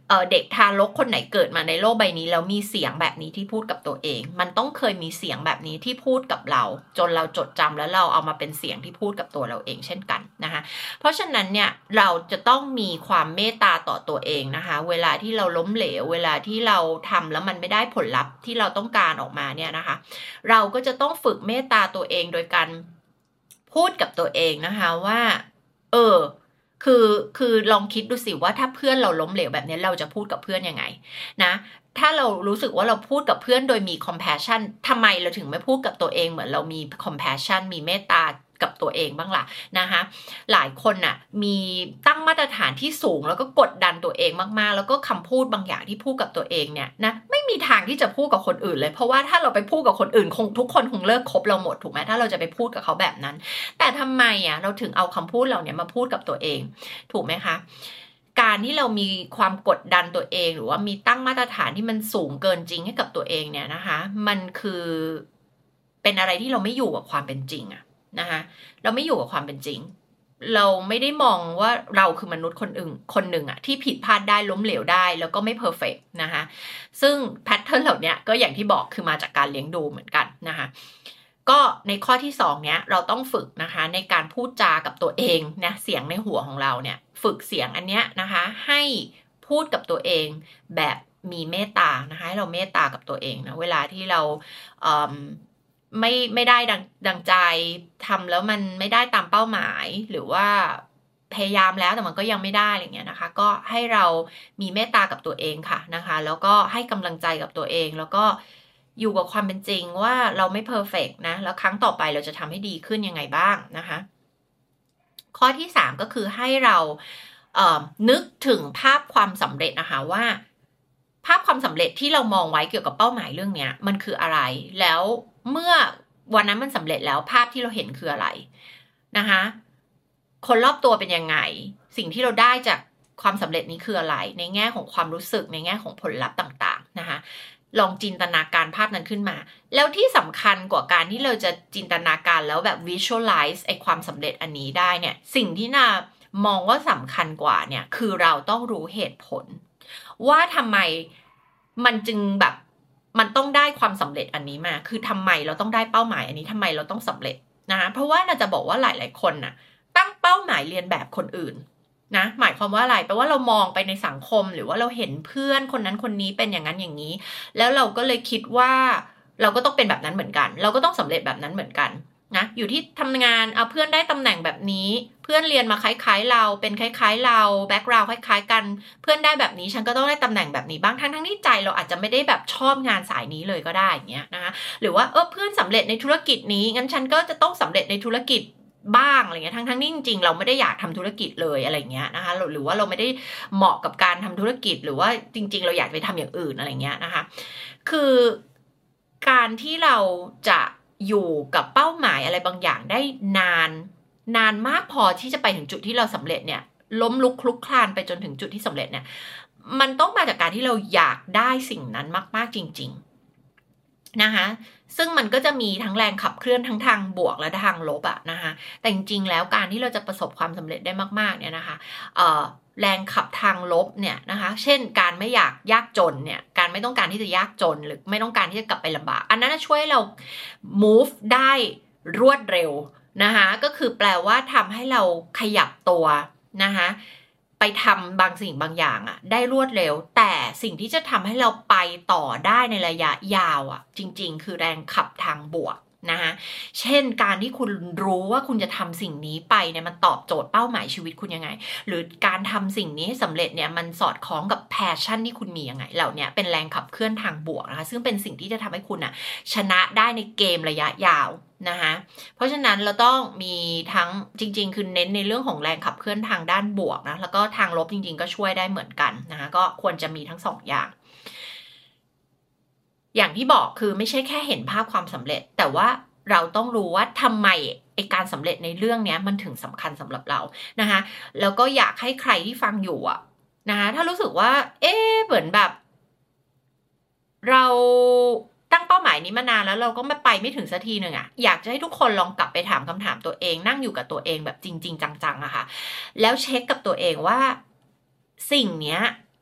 เอ่อเด็กทารกคนไหนเกิดมาในโลกใบนี้แล้วมีเสียงแบบนี้ที่พูดกับตัวเองมันต้องเคยมีเสียงแบบนี้ที่พูดกับเราจนเราจดจำแล้วเราเอามาเป็นเสียงที่พูดกับตัวเราเองเช่นกันนะคะเพราะฉะนั้นเนี่ยเราจะต้องมีความเมตตาต่อตัวเองนะคะเวลาที่เราล้มเหลวเวลาที่เราทำแล้วมันไม่ได้ผลลัพธ์ที่เราต้องการออกมาเนี่ยนะคะเราก็จะต้องฝึกเมตตาตัวเองโดยการพูดกับตัวเองนะคะว่าเออคือคือลองคิดดูสิว่าถ้าเพื่อนเราล้มเหลวแบบนี้เราจะพูดกับเพื่อนยังไงนะถ้าเรารู้สึกว่าเราพูดกับเพื่อนโดยมี compassion ทำไมเราถึงไม่พูดกับตัวเองเหมือนเรามี compassion มีเมตตากับตัวเองบ้างล่ะนะคะหลายคนน่ะมีตั้งมาตรฐานที่สูงแล้วก็กดดันตัวเองมากๆแล้วก็คำพูดบางอย่างที่พูดกับตัวเองเนี่ยนะไม่มีทางที่จะพูดกับคนอื่นเลยเพราะว่าถ้าเราไปพูดกับคนอื่นคงทุกคนคงเลิกคบเราหมดถูกไหมถ้าเราจะไปพูดกับเขาแบบนั้นแต่ทำไมอ่ะเราถึงเอาคำพูดเราเนี่ยมาพูดกับตัวเองถูกไหมคะการที่เรามีความกดดันตัวเองหรือว่ามีตั้งมาตรฐานที่มันสูงเกินจริงให้กับตัวเองเนี่ยนะคะมันคือเป็นอะไรที่เราไม่อยู่กับความเป็นจริงอะนะคะเราไม่อยู่กับความเป็นจริงเราไม่ได้มองว่าเราคือมนุษย์คนอื่นคนหนึ่งอะที่ผิดพลาดได้ล้มเหลวได้แล้วก็ไม่เพอร์เฟกต์นะคะซึ่งแพทเทิร์นเหล่านี้ก็อย่างที่บอกคือมาจากการเลี้ยงดูเหมือนกันนะคะก็ในข้อที่สองเนี้ยเราต้องฝึกนะคะในการพูดจากับตัวเองนะเสียงในหัวของเราเนี่ยฝึกเสียงอันเนี้ยนะคะให้พูดกับตัวเองแบบมีเมตตานะคะให้เราเมตตากับตัวเองนะเวลาที่เราเอ่อไม่ไม่ได้ดังดังใจทำแล้วมันไม่ได้ตามเป้าหมายหรือว่าพยายามแล้วแต่มันก็ยังไม่ได้อะไรเงี้ยนะคะก็ให้เรามีเมตตากับตัวเองค่ะนะคะแล้วก็ให้กำลังใจกับตัวเองแล้วก็อยู่กับความเป็นจริงว่าเราไม่เพอร์เฟกต์นะแล้วครั้งต่อไปเราจะทำให้ดีขึ้นยังไงบ้างนะคะข้อที่สามก็คือให้เราเอ่อนึกถึงภาพความสำเร็จนะคะว่าภาพความสำเร็จที่เรามองไว้เกี่ยวกับเป้าหมายเรื่องนี้มันคืออะไรแล้วเมื่อวันนั้นมันสำเร็จแล้วภาพที่เราเห็นคืออะไรนะคะคนรอบตัวเป็นยังไงสิ่งที่เราได้จากความสำเร็จนี้คืออะไรในแง่ของความรู้สึกในแง่ของผลลัพธ์ต่างๆนะคะลองจินตนาการภาพนั้นขึ้นมาแล้วที่สำคัญกว่าการที่เราจะจินตนาการแล้วแบบ visualize ไอ้ความสำเร็จอันนี้ได้เนี่ยสิ่งที่น่ามองว่าสำคัญกว่าเนี่ยคือเราต้องรู้เหตุผลว่าทำไมมันจึงแบบมันต้องได้ความสำเร็จอันนี้มาคือทำไมเราต้องได้เป้าหมายอันนี้ทำไมเราต้องสำเร็จนะคะเพราะว่าน่าจะบอกว่าหลายๆคนน่ะตั้งเป้าหมายเรียนแบบคนอื่นนะหมายความว่าอะไรแปลว่าเรามองไปในสังคมหรือว่าเราเห็นเพื่อนคนนั้นคนนี้เป็นอย่างนั้นอย่างนี้แล้วเราก็เลยคิดว่าเราก็ต้องเป็นแบบนั้นเหมือนกันเราก็ต้องสำเร็จแบบนั้นเหมือนกันนะอยู่ที่ทำงานเอาเพื่อนได้ตำแหน่งแบบนี้เพื่อนเรียนมาคล้ายๆเราเป็นคล้ายๆเราแบ็คกราวด์คล้ายๆกันเพื่อนได้แบบนี้ฉันก็ต้องได้ตำแหน่งแบบนี้บ้างทั้งทั้งที่ใจเราอาจจะไม่ได้แบบชอบงานสายนี้เลยก็ได้อย่างเงี้ยนะคะหรือว่าเออเพื่อนสำเร็จในธุรกิจนี้งั้นฉันก็จะต้องสำเร็จในธุรกิจบ้างอะไรเงี้ยทั้งทั้งที่จริงๆเราไม่ได้อยากทำธุรกิจเลยอะไรเงี้ยนะคะหรือว่าเราไม่ได้เหมาะกับการทำธุรกิจหรือว่าจริงๆเราอยากไปทำอย่างอื่นอะไรเงี้ยนะคะคือการที่เราจะอยู่กับเป้าหมายอะไรบางอย่างได้นานนานมากพอที่จะไปถึงจุดที่เราสำเร็จเนี่ยล้มลุกคลุกคลานไปจนถึงจุดที่สำเร็จเนี่ยมันต้องมาจากการที่เราอยากได้สิ่งนั้นมากๆจริงๆนะคะซึ่งมันก็จะมีทั้งแรงขับเคลื่อนทั้งทางบวกและทางลบอะนะคะแต่จริงๆแล้วการที่เราจะประสบความสำเร็จได้มากๆเนี่ยนะคะเอ่อแรงขับทางลบเนี่ยนะคะเช่นการไม่อยากยากจนเนี่ยการไม่ต้องการที่จะยากจนหรือไม่ต้องการที่จะกลับไปลำบากอันนั้นช่วยให้เรา move ได้รวดเร็วนะคะก็คือแปลว่าทำให้เราขยับตัวนะคะไปทำบางสิ่งบางอย่างอะได้รวดเร็วแต่สิ่งที่จะทำให้เราไปต่อได้ในระยะยาวอะจริงๆคือแรงขับทางบวกนะคะเช่นการที่คุณรู้ว่าคุณจะทำสิ่งนี้ไปเนี่ยมันตอบโจทย์เป้าหมายชีวิตคุณยังไงหรือการทำสิ่งนี้ให้สำเร็จเนี่ยมันสอดคล้องกับแพชชั่นที่คุณมียังไงเหล่านี้เป็นแรงขับเคลื่อนทางบวกนะคะซึ่งเป็นสิ่งที่จะทำให้คุณอะชนะได้ในเกมระยะยาวนะคะเพราะฉะนั้นเราต้องมีทั้งจริงๆคือเน้นในเรื่องของแรงขับเคลื่อนทางด้านบวกนะแล้วก็ทางลบจริงๆก็ช่วยได้เหมือนกันนะคะก็ควรจะมีทั้งสองอย่างอย่างที่บอกคือไม่ใช่แค่เห็นภาพความสำเร็จแต่ว่าเราต้องรู้ว่าทำไมไอ้การสำเร็จในเรื่องนี้มันถึงสำคัญสำหรับเรานะคะแล้วก็อยากให้ใครที่ฟังอยู่อะนะคะถ้ารู้สึกว่าเอ๊ะเหมือนแบบเราตั้งเป้าหมายนี้มานานแล้วเราก็ไม่ไปไม่ถึงสักทีหนึ่งอะอยากจะให้ทุกคนลองกลับไปถามคำถามตัวเองนั่งอยู่กับตัวเองแบบจริงๆจังๆอะค่ะแล้วเช็คกับตัวเองว่าสิ่งเนี้ย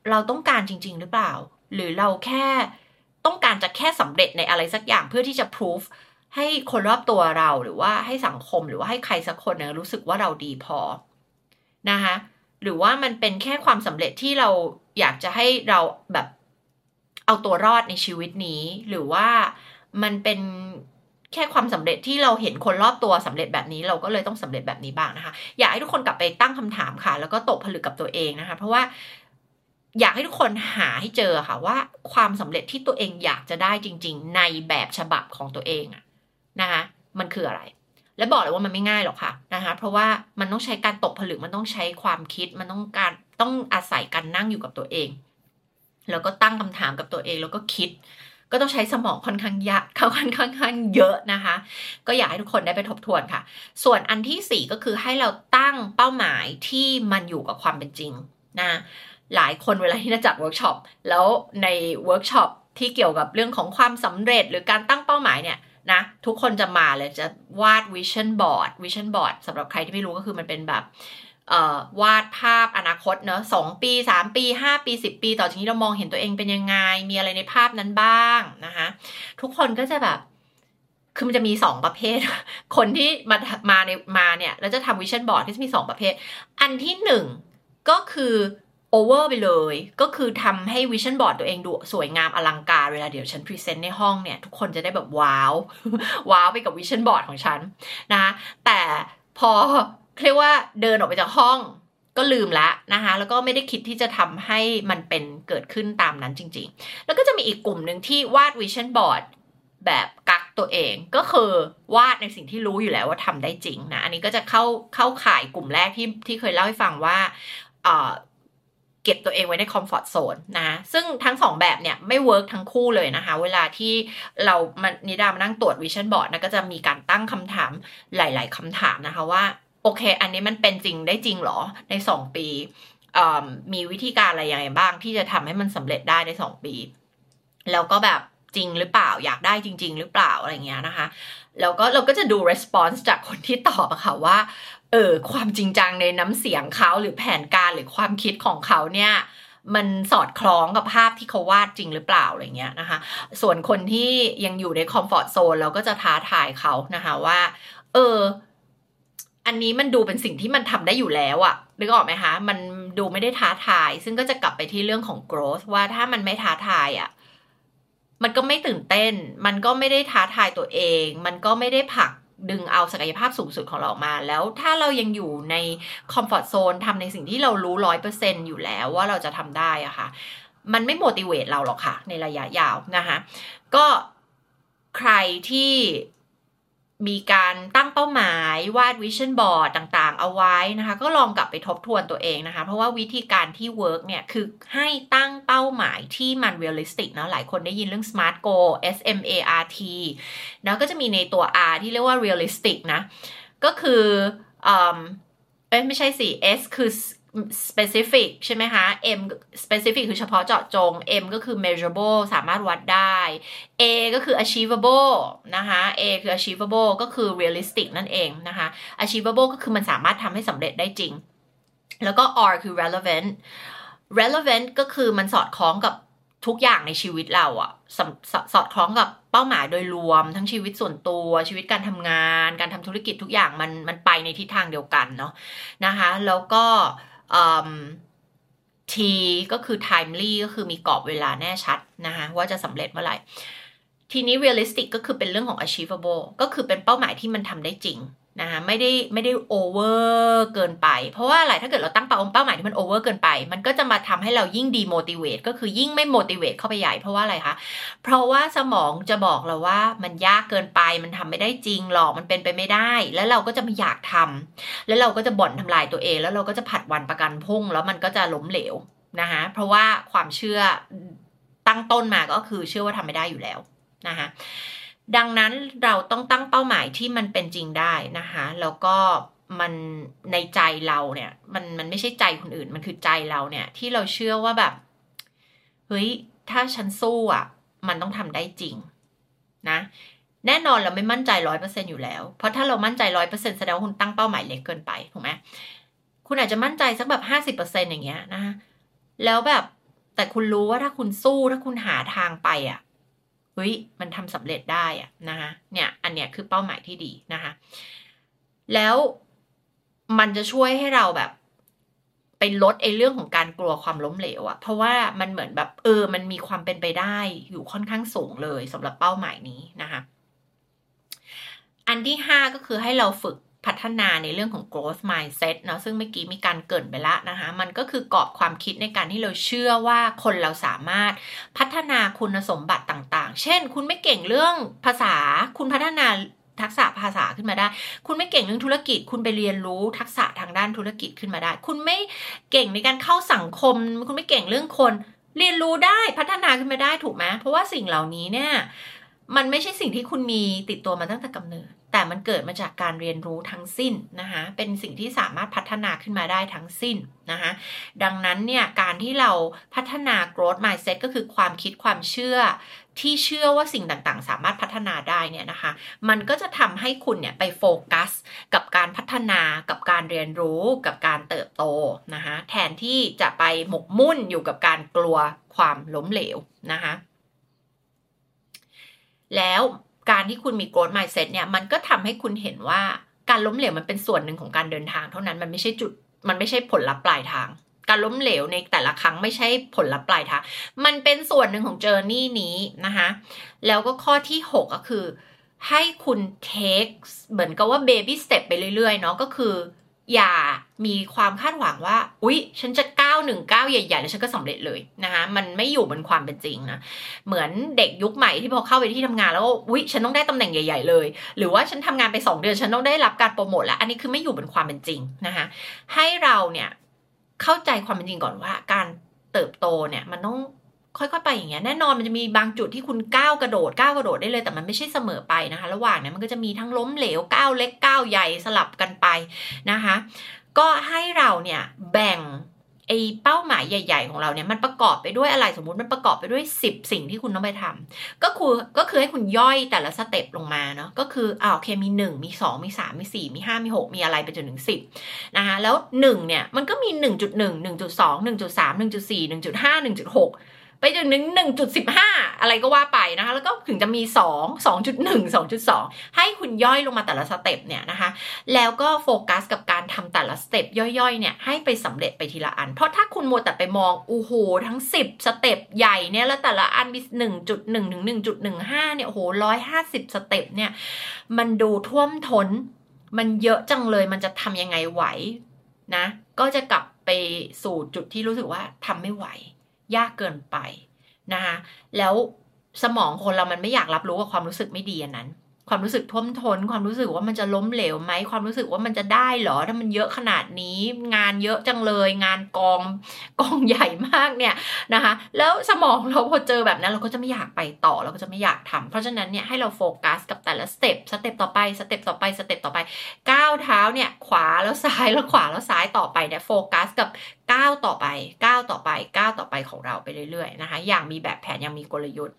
เราต้องการจริงๆหรือเปล่าหรือเราแค่ต้องการจะแค่สำเร็จในอะไรสักอย่างเพื่อที่จะ proof ให้คนรอบตัวเราหรือว่าให้สังคมหรือว่าให้ใครสักคนนึงรู้สึกว่าเราดีพอนะคะหรือว่ามันเป็นแค่ความสำเร็จที่เราอยากจะให้เราแบบเอาตัวรอดในชีวิตนี้หรือว่ามันเป็นแค่ความสำเร็จที่เราเห็นคนรอบตัวสำเร็จแบบนี้เราก็เลยต้องสำเร็จแบบนี้บ้างนะคะอยากให้ทุกคนกลับไปตั้งคำถามค่ะแล้วก็ตกผลึกกับตัวเองนะคะเพราะว่าอยากให้ทุกคนหาให้เจอค่ะว่าความสำเร็จที่ตัวเองอยากจะได้จริงๆในแบบฉบับของตัวเองอะนะคะมันคืออะไรและบอกเลยว่ามันไม่ง่ายหรอกค่ะนะคะเพราะว่ามันต้องใช้การตกผลึกมันต้องใช้ความคิดมันต้องการต้องอาศัยการนั่งอยู่กับตัวเองแล้วก็ตั้งคำถามกับตัวเองแล้วก็คิดก็ต้องใช้สมองค่อนข้างยากเขาค่อนข้างเยอะนะคะก็อยากให้ทุกคนได้ไปทบทวนค่ะส่วนอันที่สี่ก็คือให้เราตั้งเป้าหมายที่มันอยู่กับความเป็นจริงนะหลายคนเวลาที่จัดเวิร์กช็อปแล้วในเวิร์กช็อปที่เกี่ยวกับเรื่องของความสำเร็จหรือการตั้งเป้าหมายเนี่ยนะทุกคนจะมาเลยจะวาดวิชั่นบอร์ดวิชั่นบอร์ดสำหรับใครที่ไม่รู้ก็คือมันเป็นแบบเอ่อวาดภาพอนาคตเนอะสองปีสามปีห้าปีสิบปีต่อจากนี้เรามองเห็นตัวเองเป็นยังไงมีอะไรในภาพนั้นบ้างนะคะทุกคนก็จะแบบคือมันจะมีสองประเภทคนที่มามาในมาเนี่ยแล้วจะทำวิชั่นบอร์ดที่จะมีสองประเภทอันที่หนึ่งก็คือโอเวอร์ไปเลยก็คือทำให้วิชั่นบอร์ดตัวเองดูสวยงามอลังการเวลาเดี๋ยวฉันพรีเซนต์ในห้องเนี่ยทุกคนจะได้แบบว้าวว้าวไปกับวิชั่นบอร์ดของฉันนะคะแต่พอเรียกว่าเดินออกไปจากห้องก็ลืมละนะคะแล้วก็ไม่ได้คิดที่จะทำให้มันเป็นเกิดขึ้นตามนั้นจริงๆแล้วก็จะมีอีกกลุ่มหนึ่งที่วาดวิชั่นบอร์ดแบบกักตัวเองก็คือวาดในสิ่งที่รู้อยู่แล้วว่าทำได้จริงนะอันนี้ก็จะเข้าเข้าข่ายกลุ่มแรกที่ที่เคยเล่าให้ฟังว่าเอ่อเก็บตัวเองไว้ในคอมฟอร์ตโซนนะซึ่งทั้งสองแบบเนี่ยไม่เวิร์กทั้งคู่เลยนะคะเวลาที่เรามันนิดามานั่งตรวจวิชั่นบอร์ดนะก็จะมีการตั้งคำถามหลายๆคำถามนะคะว่าโอเคอันนี้มันเป็นจริงได้จริงหรอในสองปีมีวิธีการอะไรยังไงบ้างที่จะทำให้มันสำเร็จได้ในสองปีแล้วก็แบบจริงหรือเปล่าอยากได้จริงๆหรือเปล่าอะไรเงี้ยนะคะแล้วก็เราก็จะดู response จากคนที่ตอบอะค่ะว่าเออความจริงจังในน้ำเสียงเขาหรือแผนการหรือความคิดของเขาเนี่ยมันสอดคล้องกับภาพที่เขาวาดจริงหรือเปล่าอะไรเงี้ยนะคะส่วนคนที่ยังอยู่ในคอมฟอร์ตโซนเราก็จะท้าทายเขานะคะว่าเอออันนี้มันดูเป็นสิ่งที่มันทำได้อยู่แล้วอะนึกออกไหมคะมันดูไม่ได้ท้าทายซึ่งก็จะกลับไปที่เรื่องของ growth ว่าถ้ามันไม่ท้าทายอะมันก็ไม่ตื่นเต้นมันก็ไม่ได้ท้าทายตัวเองมันก็ไม่ได้ผลักดึงเอาศักยภาพสูงสุดของเราออกมาแล้วถ้าเรายังอยู่ในคอมฟอร์ตโซนทำในสิ่งที่เรารู้ ร้อยเปอร์เซ็นต์ อยู่แล้วว่าเราจะทำได้อะค่ะมันไม่ motivate เราหรอกค่ะในระยะยาวนะคะก็ใครที่มีการตั้งเป้าหมายวาดวิชั่นบอร์ดต่างๆเอาไว้นะคะก็ลองกลับไปทบทวนตัวเองนะคะเพราะว่าวิธีการที่เวิร์กเนี่ยคือให้ตั้งเป้าหมายที่มันเรียลลิสติกนะหลายคนได้ยินเรื่อง smart goal S M A R T นะก็จะมีในตัว R ที่เรียกว่า realistic นะก็คือเอ่อเอ้ยไม่ใช่สิ S คือspecific ใช่ไหมคะ M specific คือเฉพาะเจาะจง M ก็คือ measurable สามารถวัดได้ A ก็คือ achievable นะคะ A คือ achievable ก็คือ realistic นั่นเองนะคะ achievable ก็คือมันสามารถทำให้สำเร็จได้จริงแล้วก็ R คือ relevant relevant ก็คือมันสอดคล้องกับทุกอย่างในชีวิตเราอะสสสอดคล้องกับเป้าหมายโดยรวมทั้งชีวิตส่วนตัวชีวิตการทำงานการทำธุรกิจทุกอย่างมันมันไปในทิศทางเดียวกันเนาะนะคะแล้วก็T ก็คือ timely ก็คือมีกรอบเวลาแน่ชัดนะคะว่าจะสำเร็จเมื่อไหร่ทีนี้ realistic ก็คือเป็นเรื่องของ achievable ก็คือเป็นเป้าหมายที่มันทำได้จริงนะคะไม่ได้ไม่ได้ over เกินไปเพราะว่าอะไรถ้าเกิดเราตั้งเป้าเป้าหมายที่มัน over เกินไปมันก็จะมาทำให้เรายิ่ง demotivate ก็คือยิ่งไม่ motivate เข้าไปใหญ่เพราะว่าอะไรคะเพราะว่าสมองจะบอกเราว่ามันยากเกินไปมันทำไม่ได้จริงหรอกมันเป็นไปไม่ได้แล้วเราก็จะไม่อยากทำแล้วเราก็จะบ่นทำลายตัวเองแล้วเราก็จะผัดวันประกันพรุ่งแล้วมันก็จะล้มเหลวนะคะเพราะว่าความเชื่อตั้งต้นมาก็คือเชื่อว่าทำไม่ได้อยู่แล้วนะคะดังนั้นเราต้องตั้งเป้าหมายที่มันเป็นจริงได้นะคะแล้วก็มันในใจเราเนี่ยมันมันไม่ใช่ใจคนอื่นมันคือใจเราเนี่ยที่เราเชื่อว่าแบบเฮ้ยถ้าฉันสู้อ่ะมันต้องทำได้จริงนะแน่นอนเราไม่มั่นใจ ร้อยเปอร์เซ็นต์ อยู่แล้วเพราะถ้าเรามั่นใจ ร้อยเปอร์เซ็นต์ แสดงว่าคุณตั้งเป้าหมายเล็กเกินไปถูกไหมคุณอาจจะมั่นใจสักแบบ ห้าสิบเปอร์เซ็นต์ อย่างเงี้ยนะคะแล้วแบบแต่คุณรู้ว่าถ้าคุณสู้ถ้าคุณหาทางไปอ่ะเฮ้ยมันทำสำเร็จได้อ่ะนะคะเนี่ยอันเนี้ยคือเป้าหมายที่ดีนะคะแล้วมันจะช่วยให้เราแบบไปลดไอ้เรื่องของการกลัวความล้มเหลวอะเพราะว่ามันเหมือนแบบเออมันมีความเป็นไปได้อยู่ค่อนข้างสูงเลยสำหรับเป้าหมายนี้นะคะอันที่ห้าก็คือให้เราฝึกพัฒนาในเรื่องของ growth mindset เนาะซึ่งเมื่อกี้มีการเกริ่นไปแล้วนะคะมันก็คือกรอบความคิดในการที่เราเชื่อว่าคนเราสามารถพัฒนาคุณสมบัติต่างๆเช่นคุณไม่เก่งเรื่องภาษาคุณพัฒนาทักษะภาษาขึ้นมาได้คุณไม่เก่งเรื่องธุรกิจคุณไปเรียนรู้ทักษะทางด้านธุรกิจขึ้นมาได้คุณไม่เก่งในการเข้าสังคมคุณไม่เก่งเรื่องคนเรียนรู้ได้พัฒนาขึ้นมาได้ถูกไหมเพราะว่าสิ่งเหล่านี้เนี่ยมันไม่ใช่สิ่งที่คุณมีติดตัวมาตั้งแต่กำเนิดแต่มันเกิดมาจากการเรียนรู้ทั้งสิ้นนะคะเป็นสิ่งที่สามารถพัฒนาขึ้นมาได้ทั้งสิ้นนะคะดังนั้นเนี่ยการที่เราพัฒนา growth mindset ก็คือความคิดความเชื่อที่เชื่อว่าสิ่งต่างๆสามารถพัฒนาได้เนี่ยนะคะมันก็จะทำให้คุณเนี่ยไปโฟกัสกับการพัฒนากับการเรียนรู้กับการเติบโตนะคะแทนที่จะไปหมกมุ่นอยู่กับการกลัวความล้มเหลวนะคะแล้วการที่คุณมี growth mindset เนี่ยมันก็ทำให้คุณเห็นว่าการล้มเหลวมันเป็นส่วนหนึ่งของการเดินทางเท่านั้นมันไม่ใช่จุดมันไม่ใช่ผลลัพธ์ปลายทางการล้มเหลวในแต่ละครั้งไม่ใช่ผลลัพธ์ปลายทางมันเป็นส่วนหนึ่งของเจอร์นี่นี้นะคะแล้วก็ข้อที่หกก็คือให้คุณ take เหมือนกับว่า baby step ไปเรื่อยๆเนาะก็คืออย่ามีความคาดหวังว่าอุ๊ยฉันจะก้าวหนึ่งก้าวใหญ่ๆแล้วฉันก็สำเร็จเลยนะคะมันไม่อยู่บนความเป็นจริงนะเหมือนเด็กยุคใหม่ที่พอเข้าไปที่ทำงานแล้วอุ๊ยฉันต้องได้ตำแหน่งใหญ่ๆเลยหรือว่าฉันทำงานไปสองเดือนฉันต้องได้รับการโปรโมทแล้วอันนี้คือไม่อยู่บนความเป็นจริงนะคะให้เราเนี่ยเข้าใจความเป็นจริงก่อนว่าการเติบโตเนี่ยมันต้องค่อยๆไปอย่างเงี้ยแน่นอนมันจะมีบางจุดที่คุณก้าวกระโดดก้าวกระโดดได้เลยแต่มันไม่ใช่เสมอไปนะคะระหว่างเนี่ยมันก็จะมีทั้งล้มเหลวก้าวเล็กก้าวใหญ่สลับกันไปนะคะก็ให้เราเนี่ยแบ่งไอ้เป้าหมายใหญ่ๆของเราเนี่ยมันประกอบไปด้วยอะไรสมมุติมันประกอบไปด้วยสิบสิ่งที่คุณต้องไปทำก็คือก็คือให้คุณย่อยแต่ละสเต็ปลงมาเนาะก็คืออ่าโอเคมีหนึ่งมีสองมีสามมีสี่มีห้ามีหกมีอะไรไปจนถึงสิบนะคะแล้วหนึ่งเนี่ยมันก็มี หนึ่งจุดหนึ่ง หนึ่งจุดสอง หนึ่งจุดสาม หนึ่งจุดสี่ หนึ่งจุดห้า หนึ่งจุดหกไปจนถึง หนึ่งจุดหนึ่งห้า อะไรก็ว่าไปนะคะแล้วก็ถึงจะมีสอง สองจุดหนึ่ง สองจุดสอง ให้คุณย่อยลงมาแต่ละสเต็ปเนี่ยนะคะแล้วก็โฟกัสกับการทำแต่ละสเต็ปย่อยๆเนี่ยให้ไปสำเร็จไปทีละอันเพราะถ้าคุณมัวแต่ไปมองโอ้โหทั้งสิบสเต็ปใหญ่เนี่ยแล้วแต่ละอันมี หนึ่งจุดหนึ่ง ถึง หนึ่งจุดหนึ่งห้า เนี่ยโอ้โหหนึ่งร้อยห้าสิบสเต็ปเนี่ยมันดูท่วมท้นมันเยอะจังเลยมันจะทำยังไงไหวนะก็จะกลับไปสู่จุดที่รู้สึกว่าทำไม่ไหวยากเกินไปนะคะแล้วสมองคนเรามันไม่อยากรับรู้กับความรู้สึกไม่ดีอันนั้นความรู้สึกท่วมท้นความรู้สึกว่ามันจะล้มเหลวไหมความรู้สึกว่ามันจะได้เหรอถ้ามันเยอะขนาดนี้งานเยอะจังเลยงานกองกองใหญ่มากเนี่ยนะคะแล้วสมองเราพอเจอแบบนั้นเราก็จะไม่อยากไปต่อเราก็จะไม่อยากทำเพราะฉะนั้นเนี่ยให้เราโฟกัสกับแต่ละสเต็ปสเต็ปต่อไปสเต็ปต่อไปสเต็ปต่อไปก้าวเท้าเนี่ยขวาแล้วซ้ายแล้วขวาแล้วซ้ายต่อไปเนี่ยโฟกัสกับก้าวต่อไปก้าวต่อไปก้าวต่อไปของเราไปเรื่อยๆนะคะอย่างมีแบบแผนอย่างมีกลยุทธ์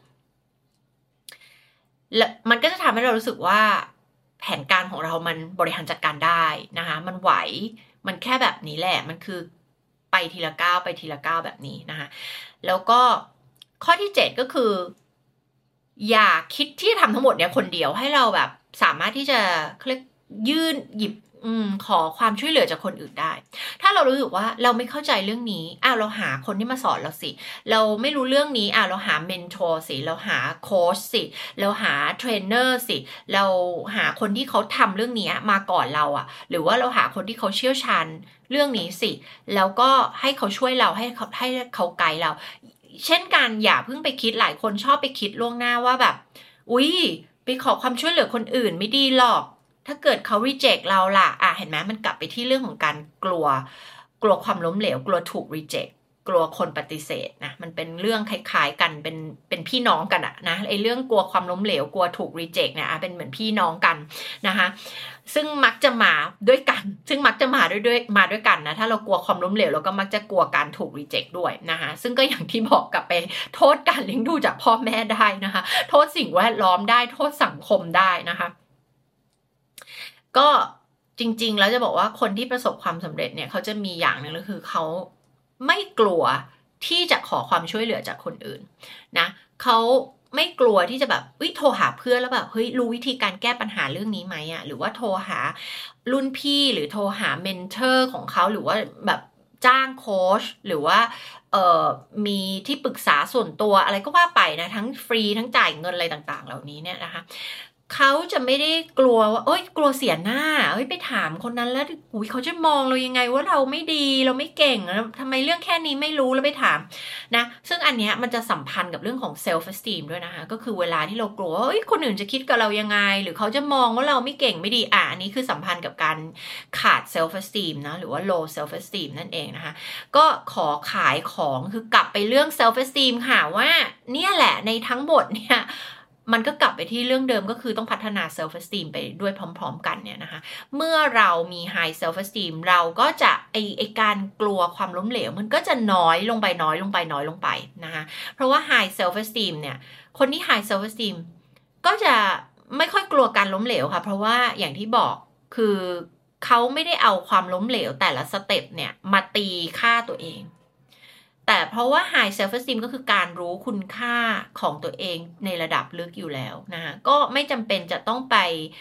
และมันก็จะทำให้เรารู้สึกว่าแผนการของเรามันบริหารจัดการได้นะคะมันไหวมันแค่แบบนี้แหละมันคือไปทีละก้าวไปทีละก้าวแบบนี้นะคะแล้วก็ข้อที่เจ็ดก็คืออย่าคิดที่จะทำทั้งหมดเนี่ยคนเดียวให้เราแบบสามารถที่จะเรียกยื่นหยิบอืมขอความช่วยเหลือจากคนอื่นได้ถ้าเรารู้สึกว่าเราไม่เข้าใจเรื่องนี้อ้าวเราหาคนที่มาสอนเราสิเราไม่รู้เรื่องนี้อ้าวเราหาเมนทอร์สิเราหาโค้ชสิเราหาเทรนเนอร์สิเราหาคนที่เขาทำเรื่องนี้มาก่อนเราอ่ะหรือว่าเราหาคนที่เขาเชี่ยวชาญเรื่องนี้สิแล้วก็ให้เขาช่วยเราให้เขาให้เขาไกด์เราเช่นกันอย่าเพิ่งไปคิดหลายคนชอบไปคิดล่วงหน้าว่าแบบอุ๊ยไปขอความช่วยเหลือคนอื่นไม่ดีหรอกถ้าเกิดเขา reject เราล่ะอ่ะเห็นไหมมันกลับไปที่เรื่องของการกลัวกลัวความล้มเหลวกลัวถูก reject กลัวคนปฏิเสธนะมันเป็นเรื่องคล้ายๆกันเป็นเป็นพี่น้องกันอะนะไอ้เรื่องกลัวความล้มเหลวกลัวถูก reject เนี่ยเป็นเหมือนพี่น้องกันนะคะซึ่งมักจะมาด้วยกันซึ่งมักจะมาด้วยด้วยมาด้วยกันนะถ้าเรากลัวความล้มเหลวเราก็มักจะกลัวการถูก reject ด้วยนะคะซึ่งก็อย่างที่บอกกลับไปโทษการเลี้ยงดูจากพ่อแม่ได้นะคะโทษสิ่งแวดล้อมได้โทษสังคมได้นะคะก็จริงๆแล้วจะบอกว่าคนที่ประสบความสำเร็จเนี่ยเขาจะมีอย่างหนึ่งก็คือเขาไม่กลัวที่จะขอความช่วยเหลือจากคนอื่นนะเขาไม่กลัวที่จะแบบอุ๊ยโทรหาเพื่อนแล้วแบบเฮ้ยรู้วิธีการแก้ปัญหาเรื่องนี้ไหมอ่ะหรือว่าโทรหารุ่นพี่หรือโทรหาเมนเทอร์ของเขาหรือว่าแบบจ้างโค้ชหรือว่าเอ่อมีที่ปรึกษาส่วนตัวอะไรก็ว่าไปนะทั้งฟรีทั้งจ่ายเงินอะไรต่างๆเหล่านี้เนี่ยนะคะเขาจะไม่ได้กลัวว่าเอ้ยกลัวเสียหน้าเอ้ยไปถามคนนั้นแล้วอุ้ยเขาจะมองเรายังไงว่าเราไม่ดีเราไม่เก่งแล้วทำไมเรื่องแค่นี้ไม่รู้แล้วไปถามนะซึ่งอันเนี้ยมันจะสัมพันธ์กับเรื่องของ self esteem ด้วยนะคะก็คือเวลาที่เรากลัวว่าเอ้ยคนอื่นจะคิดกับเรายังไงหรือเขาจะมองว่าเราไม่เก่งไม่ดีอ่ะอันนี้คือสัมพันธ์กับการขาด self esteem นะหรือว่า low self esteem นั่นเองนะคะก็ขอขายของคือกลับไปเรื่อง self esteem ค่ะว่าเนี่ยแหละในทั้งหมดเนี่ยมันก็กลับไปที่เรื่องเดิมก็คือต้องพัฒนา self esteem ไปด้วยพร้อมๆกันเนี่ยนะคะเมื่อเรามี high self esteem เราก็จะไอไอการกลัวความล้มเหลวมันก็จะน้อยลงไปน้อยลงไปน้อยลงไปนะคะเพราะว่า high self esteem เนี่ยคนที่ high self esteem ก็จะไม่ค่อยกลัวการล้มเหลวค่ะเพราะว่าอย่างที่บอกคือเขาไม่ได้เอาความล้มเหลวแต่ละสเต็ปเนี่ยมาตีค่าตัวเองแต่เพราะว่า high self esteem ก็คือการรู้คุณค่าของตัวเองในระดับลึกอยู่แล้วนะคะก็ไม่จำเป็นจะต้องไป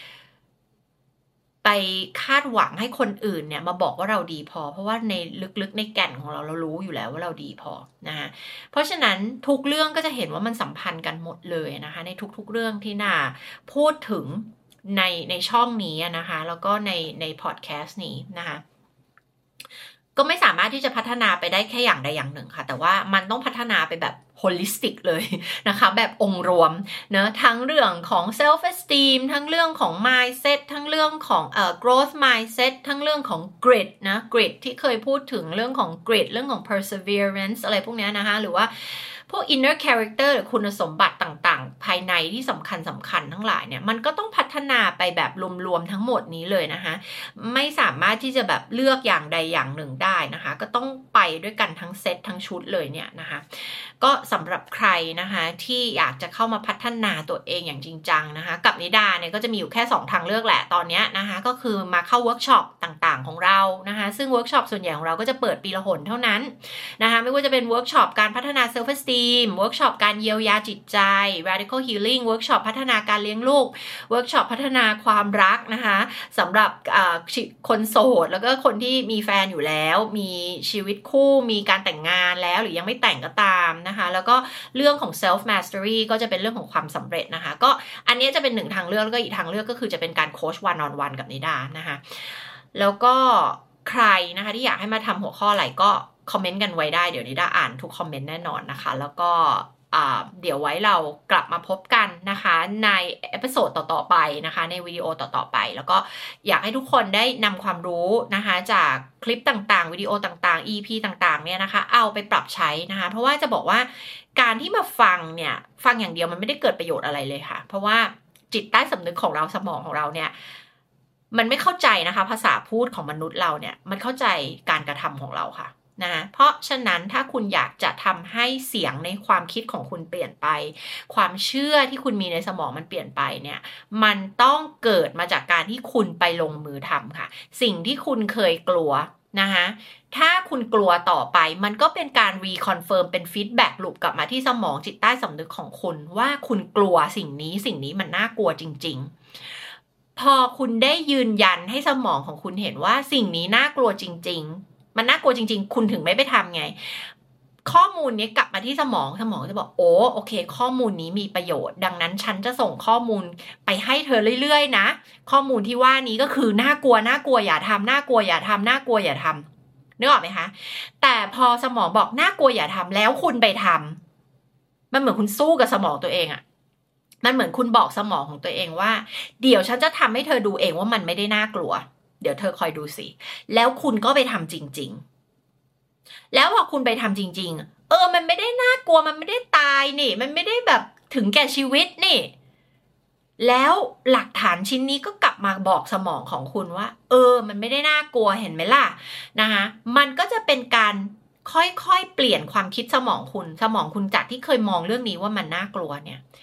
ไปคาดหวังให้คนอื่นเนี่ยมาบอกว่าเราดีพอเพราะว่าในลึกๆในแก่นของเราเรารู้อยู่แล้วว่าเราดีพอนะคะเพราะฉะนั้นทุกเรื่องก็จะเห็นว่ามันสัมพันธ์กันหมดเลยนะคะในทุกๆเรื่องที่น่าพูดถึงในในช่องนี้นะคะแล้วก็ในในพอดแคสต์นี้นะคะก็ไม่สามารถที่จะพัฒนาไปได้แค่อย่างใดอย่างหนึ่งค่ะแต่ว่ามันต้องพัฒนาไปแบบโฮลิสติกเลยนะคะแบบองค์รวมเนอะทั้งเรื่องของ self esteem ทั้งเรื่องของ mindset ทั้งเรื่องของเอ่อ growth mindset ทั้งเรื่องของ grit นะ grit ที่เคยพูดถึงเรื่องของ grit เรื่องของ perseverance อะไรพวกนี้นะคะหรือว่าพวก inner character หรือคุณสมบัติต่างๆภายในที่สำคัญสำคัญทั้งหลายเนี่ยมันก็ต้องพัฒนาไปแบบรวมๆทั้งหมดนี้เลยนะคะไม่สามารถที่จะแบบเลือกอย่างใดอย่างหนึ่งได้นะคะก็ต้องไปด้วยกันทั้งเซตทั้งชุดเลยเนี่ยนะคะก็สำหรับใครนะคะที่อยากจะเข้ามาพัฒนาตัวเองอย่างจริงจังนะคะกับนิดาเนี่ยก็จะมีอยู่แค่สองทางเลือกแหละตอนนี้นะคะก็คือมาเข้าเวิร์กช็อปต่างๆของเรานะคะซึ่งเวิร์กช็อปส่วนใหญ่ของเราก็จะเปิดปีละหนเท่านั้นนะคะไม่ว่าจะเป็นเวิร์กช็อปการพัฒนาเซลฟ์เอสตีมเวิร์กช็อปการเยียวยาจิตใจ radical healing เวิร์กช็อปพัฒนาการเลี้ยงลูกเวิร์กช็อปพัฒนาความรักนะคะสำหรับคนโสดแล้วก็คนที่มีแฟนอยู่แล้วมีชีวิตคู่มีการแต่งงานแล้วหรือยังไม่แต่งก็ตามนะคะแล้วก็เรื่องของ self mastery ก็จะเป็นเรื่องของความสำเร็จนะคะก็อันนี้จะเป็นหนึ่งทางเลือกแล้วก็อีกทางเลือกก็คือจะเป็นการโค้ช one on one กับนิดานะคะแล้วก็ใครนะคะที่อยากให้มาทำหัวข้ออะไรก็คอมเมนต์กันไว้ได้เดี๋ยวนิดาอ่านทุกคอมเมนต์แน่นอนนะคะแล้วก็เดี๋ยวไว้เรากลับมาพบกันนะคะในเอพิโซดต่อๆไปนะคะในวิดีโอต่อๆไปแล้วก็อยากให้ทุกคนได้นำความรู้นะคะจากคลิปต่างๆวิดีโอต่างๆ อี พี ต่างๆเนี่ยนะคะเอาไปปรับใช้นะคะเพราะว่าจะบอกว่าการที่มาฟังเนี่ยฟังอย่างเดียวมันไม่ได้เกิดประโยชน์อะไรเลยค่ะเพราะว่าจิตใต้สำนึกของเราสมองของเราเนี่ยมันไม่เข้าใจนะคะภาษาพูดของมนุษย์เราเนี่ยมันเข้าใจการกระทำของเราค่ะนะเพราะฉะนั้นถ้าคุณอยากจะทำให้เสียงในความคิดของคุณเปลี่ยนไปความเชื่อที่คุณมีในสมองมันเปลี่ยนไปเนี่ยมันต้องเกิดมาจากการที่คุณไปลงมือทำค่ะสิ่งที่คุณเคยกลัวนะคะถ้าคุณกลัวต่อไปมันก็เป็นการรีคอนเฟิร์มเป็นฟีดแบ็กลูปกลับมาที่สมองจิตใต้สำนึกของคุณว่าคุณกลัวสิ่งนี้สิ่งนี้มันน่ากลัวจริงๆพอคุณได้ยืนยันให้สมองของคุณเห็นว่าสิ่งนี้น่ากลัวจริงๆมันน่ากลัวจริงๆคุณถึงไม่ไปทำไงข้อมูลนี้กลับมาที่สมองสมองจะบอกโอ้โอเคข้อมูลนี้มีประโยชน์ดังนั้นฉันจะส่งข้อมูลไปให้เธอเรื่อยๆนะข้อมูลที่ว่านี้ก็คือน่ากลัวน่ากลัวอย่าทำน่ากลัวอย่าทำน่ากลัวอย่าทำนึกออกไหมคะแต่พอสมองบอกน่ากลัวอย่าทำแล้วคุณไปทำมันเหมือนคุณสู้กับสมองตัวเองอะมันเหมือนคุณบอกสมองของตัวเองว่าเดี๋ยวฉันจะทำให้เธอดูเองว่ามันไม่ได้น่ากลัวเดี๋ยวเธอคอยดูสิแล้วคุณก็ไปทำจริงๆแล้วพอคุณไปทำจริงๆเออมันไม่ได้น่ากลัวมันไม่ได้ตายนี่มันไม่ได้แบบถึงแก่ชีวิตนี่แล้วหลักฐานชิ้นนี้ก็กลับมาบอกสมองของคุณว่าเออมันไม่ได้น่ากลัวเห็นไหมล่ะนะคะมันก็จะเป็นการค่อยๆเปลี่ยนความคิดสมองคุณสมองคุณจากที่เคยมองเรื่องนี้ว่ามันน่ากลัวเนี่ย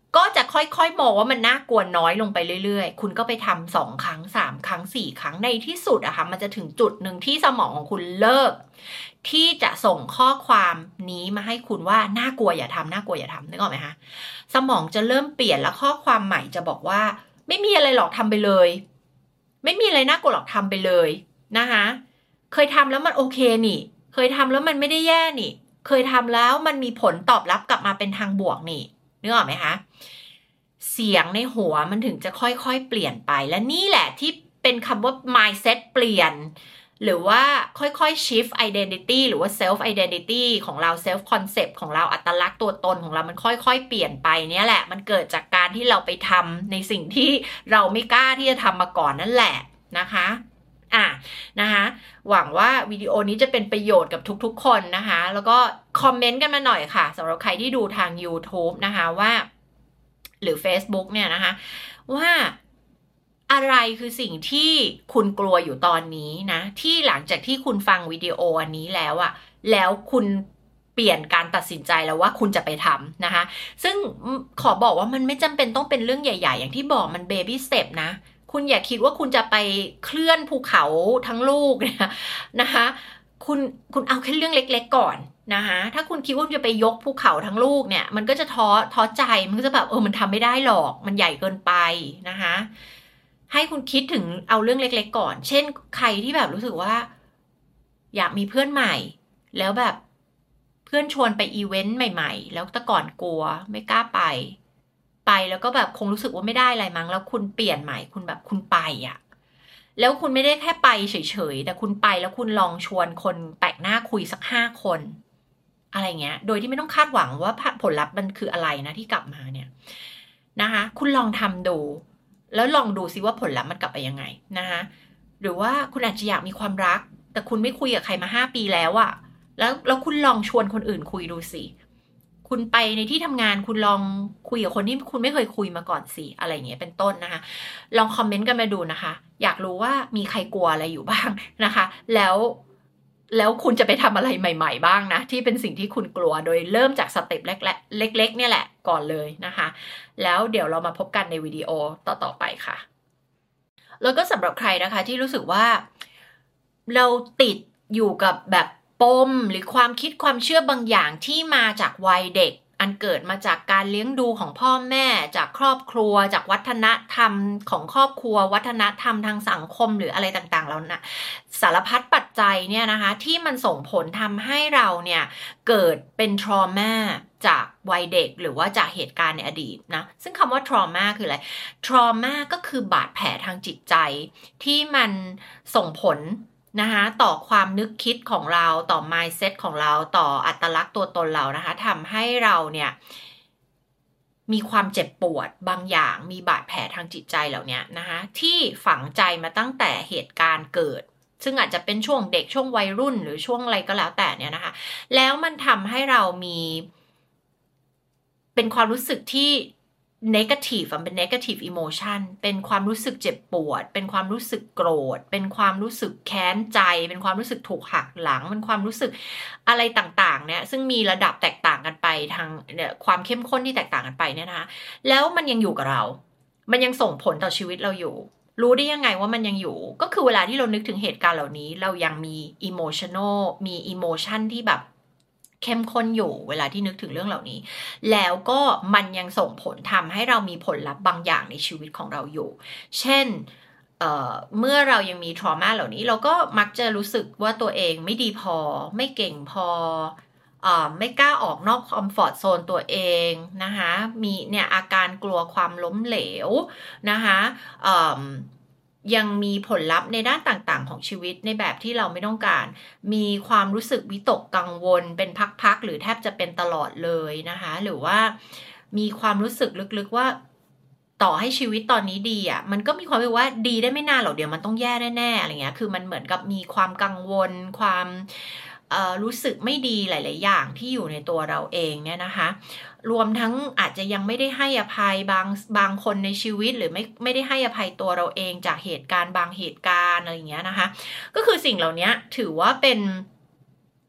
ก็จะค่อยๆมองว่ามันน่ากลัวน้อยลงไปเรื่อยๆคุณก็ไปทำสองครั้งสามครั้งสี่ครั้งในที่สุดอะค่ะมันจะถึงจุดหนึ่งที่สมองของคุณเลิกที่จะส่งข้อความนี้มาให้คุณว่าน่ากลัวอย่าทำน่ากลัวอย่าทำนึกออกไหมคะสมองจะเริ่มเปลี่ยนแล้วข้อความใหม่จะบอกว่าไม่มีอะไรหรอกทำไปเลยไม่มีอะไรน่ากลัวหรอกทำไปเลยนะคะเคยทำแล้วมันโอเคนี่เคยทำแล้วมันไม่ได้แย่นี่เคยทำแล้วมันมีผลตอบรับกลับมาเป็นทางบวกนี่นึกออกไหมคะเสียงในหัวมันถึงจะค่อยๆเปลี่ยนไปและนี่แหละที่เป็นคำว่า mindset เปลี่ยนหรือว่าค่อยๆ shift identity หรือว่า self identity ของเรา self concept ของเราอัตลักษณ์ตัวตนของเรามันค่อยๆเปลี่ยนไปเนี่ยแหละมันเกิดจากการที่เราไปทำในสิ่งที่เราไม่กล้าที่จะทำมาก่อนนั่นแหละนะคะอ่ะนะคะหวังว่าวิดีโอนี้จะเป็นประโยชน์กับทุกๆคนนะคะแล้วก็คอมเมนต์กันมาหน่อยค่ะสำหรับใครที่ดูทาง YouTube นะคะว่าหรือ Facebook เนี่ยนะคะว่าอะไรคือสิ่งที่คุณกลัวอยู่ตอนนี้นะที่หลังจากที่คุณฟังวิดีโออันนี้แล้วอะแล้วคุณเปลี่ยนการตัดสินใจแล้วว่าคุณจะไปทำนะคะซึ่งขอบอกว่ามันไม่จำเป็นต้องเป็นเรื่องใหญ่ๆอย่างที่บอกมันเบบี้สเต็ปนะคุณอย่าคิดว่าคุณจะไปเคลื่อนภูเขาทั้งลูกเนี่ยนะคะคุณคุณเอาแค่เรื่องเล็กๆก่อนนะคะถ้าคุณคิดว่าคุณจะไปยกภูเขาทั้งลูกเนี่ยมันก็จะท้อท้อใจมันก็จะแบบเออมันทำไม่ได้หรอกมันใหญ่เกินไปนะคะให้คุณคิดถึงเอาเรื่องเล็กๆก่อนเช่นใครที่แบบรู้สึกว่าอยากมีเพื่อนใหม่แล้วแบบเพื่อนชวนไปอีเวนต์ใหม่ๆแล้วแต่ก่อนกลัวไม่กล้าไปไปแล้วก็แบบคงรู้สึกว่าไม่ได้อะไรมั้งแล้วคุณเปลี่ยนใหม่คุณแบบคุณไปอ่ะแล้วคุณไม่ได้แค่ไปเฉยๆแต่คุณไปแล้วคุณลองชวนคนแปลกหน้าคุยสักห้าคนอะไรเงี้ยโดยที่ไม่ต้องคาดหวังว่าผลลัพธ์มันคืออะไรนะที่กลับมาเนี่ยนะคะคุณลองทำดูแล้วลองดูซิว่าผลลัพธ์มันกลับไปยังไงนะคะหรือว่าคุณอาจจะอยากมีความรักแต่คุณไม่คุยกับใครมาห้าปีแล้วอะแล้วแล้วคุณลองชวนคนอื่นคุยดูสิคุณไปในที่ทำงานคุณลองคุยกับคนที่คุณไม่เคยคุยมาก่อนสิอะไรอย่างเงี้ยเป็นต้นนะคะลองคอมเมนต์กันมาดูนะคะอยากรู้ว่ามีใครกลัวอะไรอยู่บ้างนะคะแล้วแล้วคุณจะไปทำอะไรใหม่ๆบ้างนะที่เป็นสิ่งที่คุณกลัวโดยเริ่มจากสเต็ปเล็กๆเนี่ยแหละก่อนเลยนะคะแล้วเดี๋ยวเรามาพบกันในวิดีโอต่อๆไปค่ะแล้วก็สำหรับใครนะคะที่รู้สึกว่าเราติดอยู่กับแบบปมหรือความคิดความเชื่อบางอย่างที่มาจากวัยเด็กอันเกิดมาจากการเลี้ยงดูของพ่อแม่จากครอบครัวจากวัฒนธรรมของครอบครัววัฒนธรรมทางสังคมหรืออะไรต่างๆแล้วนะสารพัดปัจจัยเนี่ยนะคะที่มันส่งผลทำให้เราเนี่ยเกิดเป็นทรมาจากวัยเด็กหรือว่าจากเหตุการณ์ในอดีตนะซึ่งคำว่า trauma คืออะไร trauma ก็คือบาดแผลทางจิตใจที่มันส่งผลนะคะต่อความนึกคิดของเราต่อ mindset ของเราต่ออัตลักษณ์ตัวตนเรานะคะทำให้เราเนี่ยมีความเจ็บปวดบางอย่างมีบาดแผลทางจิตใจเหล่านี้นะคะที่ฝังใจมาตั้งแต่เหตุการณ์เกิดซึ่งอาจจะเป็นช่วงเด็กช่วงวัยรุ่นหรือช่วงอะไรก็แล้วแต่เนี่ยนะคะแล้วมันทำให้เรามีเป็นความรู้สึกที่negative เป็น negative emotion เป็นความรู้สึกเจ็บปวดเป็นความรู้สึกโกรธเป็นความรู้สึกแค้นใจเป็นความรู้สึกถูกหักหลังเป็นความรู้สึกอะไรต่างๆเนี่ยซึ่งมีระดับแตกต่างกันไปทางเนี่ยความเข้มข้นที่แตกต่างกันไปเนี่ยนะคะแล้วมันยังอยู่กับเรามันยังส่งผลต่อชีวิตเราอยู่รู้ได้ยังไงว่ามันยังอยู่ก็คือเวลาที่เรานึกถึงเหตุการณ์เหล่านี้เรายังมี emotional มี emotion ที่แบบเข้มข้นอยู่เวลาที่นึกถึงเรื่องเหล่านี้แล้วก็มันยังส่งผลทำให้เรามีผลลัพธ์บางอย่างในชีวิตของเราอยู่เช่น เอ่อ เมื่อเรายังมีทรมาเหล่านี้เราก็มักจะรู้สึกว่าตัวเองไม่ดีพอไม่เก่งพอเอ่อไม่กล้าออกนอกคอมฟอร์ตโซนตัวเองนะคะมีเนี่ยอาการกลัวความล้มเหลวนะคะเอ่อยังมีผลลัพธ์ในด้านต่างๆของชีวิตในแบบที่เราไม่ต้องการมีความรู้สึกวิตกกังวลเป็นพักๆหรือแทบจะเป็นตลอดเลยนะคะหรือว่ามีความรู้สึกลึกๆว่าต่อให้ชีวิตตอนนี้ดีอ่ะมันก็มีความรู้สึกว่าดีได้ไม่นานหรอกเดี๋ยวมันต้องแย่แน่ๆอะไรเงี้ยคือมันเหมือนกับมีความกังวลความเอ่อรู้สึกไม่ดีหลายๆอย่างที่อยู่ในตัวเราเองเนี่ยนะคะรวมทั้งอาจจะยังไม่ได้ให้อภัยบางบางคนในชีวิตหรือไม่ไม่ได้ให้อภัยตัวเราเองจากเหตุการณ์บางเหตุการณ์อะไรอย่างเงี้ยนะคะก็คือสิ่งเหล่านี้ถือว่าเป็น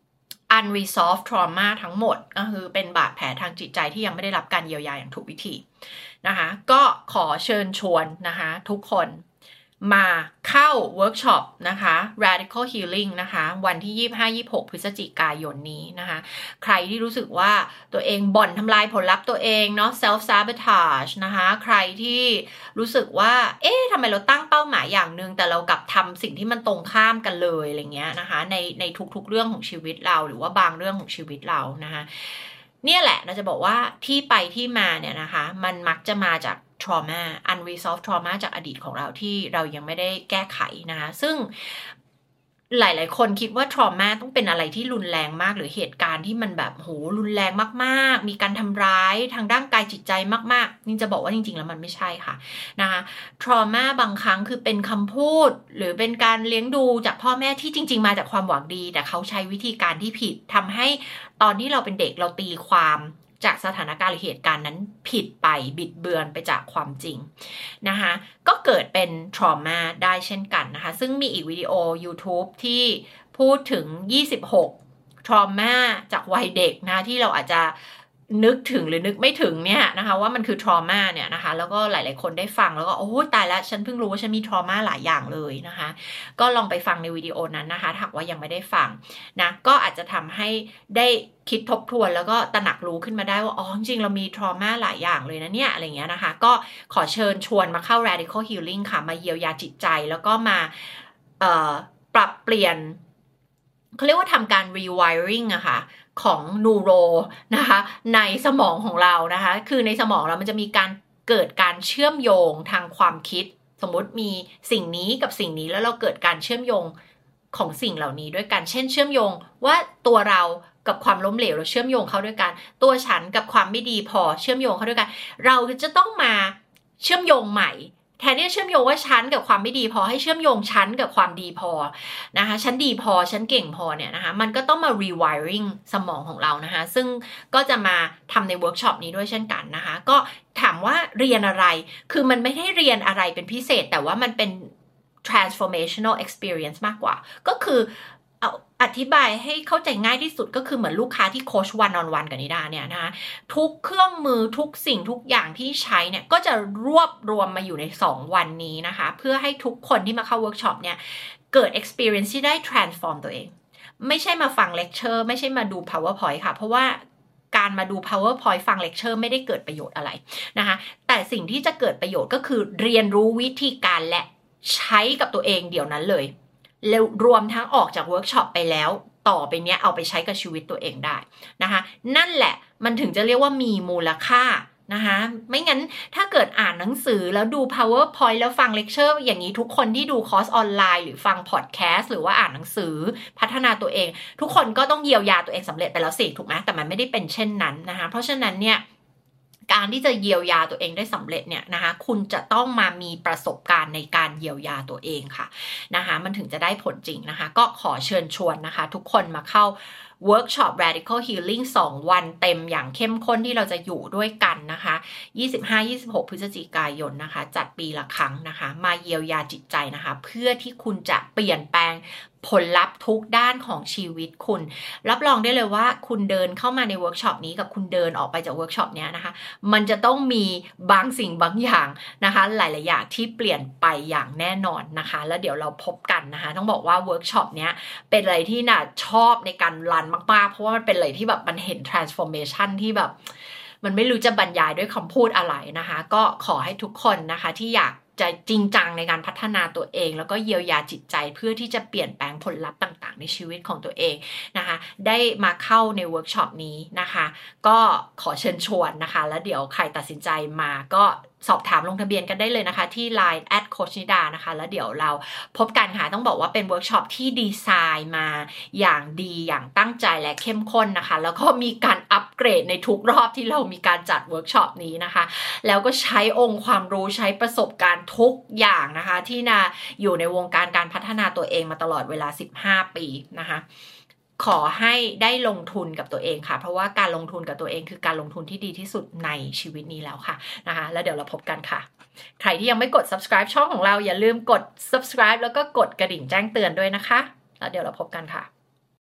unresolved trauma ทั้งหมดก็คือเป็นบาดแผลทางจิตใจที่ยังไม่ได้รับการเยียวยาอย่างถูกวิธีนะคะก็ขอเชิญชวนนะคะทุกคนมาเข้าเวิร์กช็อปนะคะ Radical Healing นะคะวันที่ ยี่สิบห้า ยี่สิบหก พฤศจิกายนนี้นะคะใครที่รู้สึกว่าตัวเองบ่อนทำลายผลลัพธ์ตัวเองเนาะ self sabotage นะคะใครที่รู้สึกว่าเอ๊ะทำไมเราตั้งเป้าหมายอย่างนึงแต่เรากลับทำสิ่งที่มันตรงข้ามกันเลยอะไรเงี้ยนะคะในในทุกๆเรื่องของชีวิตเราหรือว่าบางเรื่องของชีวิตเรานะคะเนี่ยแหละเราจะบอกว่าที่ไปที่มาเนี่ยนะคะมันมักจะมาจากtrauma unresolved trauma จากอดีตของเราที่เรายังไม่ได้แก้ไขนะคะซึ่งหลายๆคนคิดว่า trauma ต้องเป็นอะไรที่รุนแรงมากหรือเหตุการณ์ที่มันแบบโหรุนแรงมากๆมีการทำร้ายทางร่างกายจิตใจมากๆนี่จะบอกว่าจริงๆแล้วมันไม่ใช่ค่ะนะคะ trauma บางครั้งคือเป็นคำพูดหรือเป็นการเลี้ยงดูจากพ่อแม่ที่จริงๆมาจากความหวังดีแต่เขาใช้วิธีการที่ผิดทำให้ตอนที่เราเป็นเด็กเราตีความจากสถานการณ์หรือเหตุการณ์นั้นผิดไปบิดเบือนไปจากความจริงนะคะก็เกิดเป็น trauma ได้เช่นกันนะคะซึ่งมีอีกวิดีโอ YouTube ที่พูดถึงยี่สิบหก trauma จากวัยเด็กนะที่เราอาจจะนึกถึงหรือนึกไม่ถึงเนี่ยนะคะว่ามันคือ trauma เนี่ยนะคะแล้วก็หลายๆคนได้ฟังแล้วก็โอ้ตายแล้วฉันเพิ่งรู้ว่าฉันมี trauma หลายอย่างเลยนะคะก็ลองไปฟังในวิดีโอนั้นนะคะถ้าว่ายังไม่ได้ฟังนะก็อาจจะทำให้ได้คิดทบทวนแล้วก็ตระหนักรู้ขึ้นมาได้ว่าอ๋อจริงเรามี trauma หลายอย่างเลยนะเนี่ยอะไรเงี้ยนะคะก็ขอเชิญชวนมาเข้า Radical Healing ค่ะมาเยียวยาจิตใจแล้วก็มาเอ่อปรับเปลี่ยนเขาเรียกว่าทำการ rewiring อะค่ะของนูโรนะคะในสมองของเรานะคะคือในสมองเรามันจะมีการเกิดการเชื่อมโยงทางความคิดสมมุติมีสิ่งนี้กับสิ่งนี้แล้วเราเกิดการเชื่อมโยงของสิ่งเหล่านี้ด้วยกันเช่นเชื่อมโยงว่าตัวเรากับความล้มเหลวเราเชื่อมโยงเข้าด้วยกันตัวฉันกับความไม่ดีพอเชื่อมโยงเข้าด้วยกันเราจะต้องมาเชื่อมโยงใหม่แทนที่จะเชื่อมโยงว่าฉันกับความไม่ดีพอให้เชื่อมโยงฉันกับความดีพอนะคะฉันดีพอฉันเก่งพอเนี่ยนะคะมันก็ต้องมา rewiring สมองของเรานะคะซึ่งก็จะมาทำในเวิร์กช็อปนี้ด้วยเช่นกันนะคะก็ถามว่าเรียนอะไรคือมันไม่ได้เรียนอะไรเป็นพิเศษแต่ว่ามันเป็น transformational experience มากกว่าก็คือเอาอธิบายให้เข้าใจง่ายที่สุดก็คือเหมือนลูกค้าที่โค้ช one on one กับนิดาเนี่ยนะคะทุกเครื่องมือทุกสิ่งทุกอย่างที่ใช้เนี่ยก็จะรวบรวมมาอยู่ในสองวันนี้นะคะเพื่อให้ทุกคนที่มาเข้าเวิร์กช็อปเนี่ยเกิด experience ที่ได้ transform ตัวเองไม่ใช่มาฟังเลคเชอร์ไม่ใช่มาดู powerpoint ค่ะเพราะว่าการมาดู powerpoint ฟังเลคเชอร์ไม่ได้เกิดประโยชน์อะไรนะคะแต่สิ่งที่จะเกิดประโยชน์ก็คือเรียนรู้วิธีการและใช้กับตัวเองเดี๋ยวนั้นเลยแล้วรวมทั้งออกจากเวิร์กช็อปไปแล้วต่อไปเนี้ยเอาไปใช้กับชีวิตตัวเองได้นะคะนั่นแหละมันถึงจะเรียกว่ามีมูลค่านะคะไม่งั้นถ้าเกิดอ่านหนังสือแล้วดู powerpoint แล้วฟังเลคเชอร์อย่างนี้ทุกคนที่ดูคอร์สออนไลน์หรือฟังพอดแคสต์หรือว่าอ่านหนังสือพัฒนาตัวเองทุกคนก็ต้องเยียวยาตัวเองสำเร็จไปแล้วสิถูกไหมแต่มันไม่ได้เป็นเช่นนั้นนะคะเพราะฉะนั้นเนี่ยการที่จะเยียวยาตัวเองได้สำเร็จเนี่ยนะคะคุณจะต้องมามีประสบการณ์ในการเยียวยาตัวเองค่ะนะคะมันถึงจะได้ผลจริงนะคะก็ขอเชิญชวนนะคะทุกคนมาเข้าเวิร์กช็อป Radical Healing สองวันเต็มอย่างเข้มข้นที่เราจะอยู่ด้วยกันนะคะ ยี่สิบห้า ยี่สิบหก พฤศจิกายนนะคะจัดปีละครั้งนะคะมาเยียวยาจิตใจนะคะเพื่อที่คุณจะเปลี่ยนแปลงผลลัพธ์ทุกด้านของชีวิตคุณรับรองได้เลยว่าคุณเดินเข้ามาในเวิร์กช็อปนี้กับคุณเดินออกไปจากเวิร์กช็อปนี้นะคะมันจะต้องมีบางสิ่งบางอย่างนะคะหลายๆอย่างที่เปลี่ยนไปอย่างแน่นอนนะคะแล้วเดี๋ยวเราพบกันนะคะต้องบอกว่าเวิร์กช็อปนี้เป็นอะไรที่น่าชอบในการรันมากๆเพราะว่ามันเป็นอะไรที่แบบมันเห็น transformation ที่แบบมันไม่รู้จะบรรยายด้วยคำพูดอะไรนะคะก็ขอให้ทุกคนนะคะที่อยากจะจริงจังในการพัฒนาตัวเองแล้วก็เยียวยาจิตใจเพื่อที่จะเปลี่ยนแปลงผลลัพธ์ต่างๆในชีวิตของตัวเองนะคะได้มาเข้าในเวิร์กช็อปนี้นะคะก็ขอเชิญชวนนะคะแล้วเดี๋ยวใครตัดสินใจมาก็สอบถามลงทะเบียนกันได้เลยนะคะที่ ไลน์ แอท โคชนิดานะคะแล้วเดี๋ยวเราพบกันค่ะต้องบอกว่าเป็นเวิร์กช็อปที่ดีไซน์มาอย่างดีอย่างตั้งใจและเข้มข้นนะคะแล้วก็มีการอัปเกรดในทุกรอบที่เรามีการจัดเวิร์กช็อปนี้นะคะแล้วก็ใช้องค์ความรู้ใช้ประสบการณ์ทุกอย่างนะคะที่นาอยู่ในวงการการพัฒนาตัวเองมาตลอดเวลาสิบห้าปีนะคะขอให้ได้ลงทุนกับตัวเองค่ะเพราะว่าการลงทุนกับตัวเองคือการลงทุนที่ดีที่สุดในชีวิตนี้แล้วค่ะนะคะแล้วเดี๋ยวเราพบกันค่ะใครที่ยังไม่กด subscribe ช่องของเราอย่าลืมกด subscribe แล้วก็กดกระดิ่งแจ้งเตือนด้วยนะคะแล้วเดี๋ยวเราพบกันค่ะ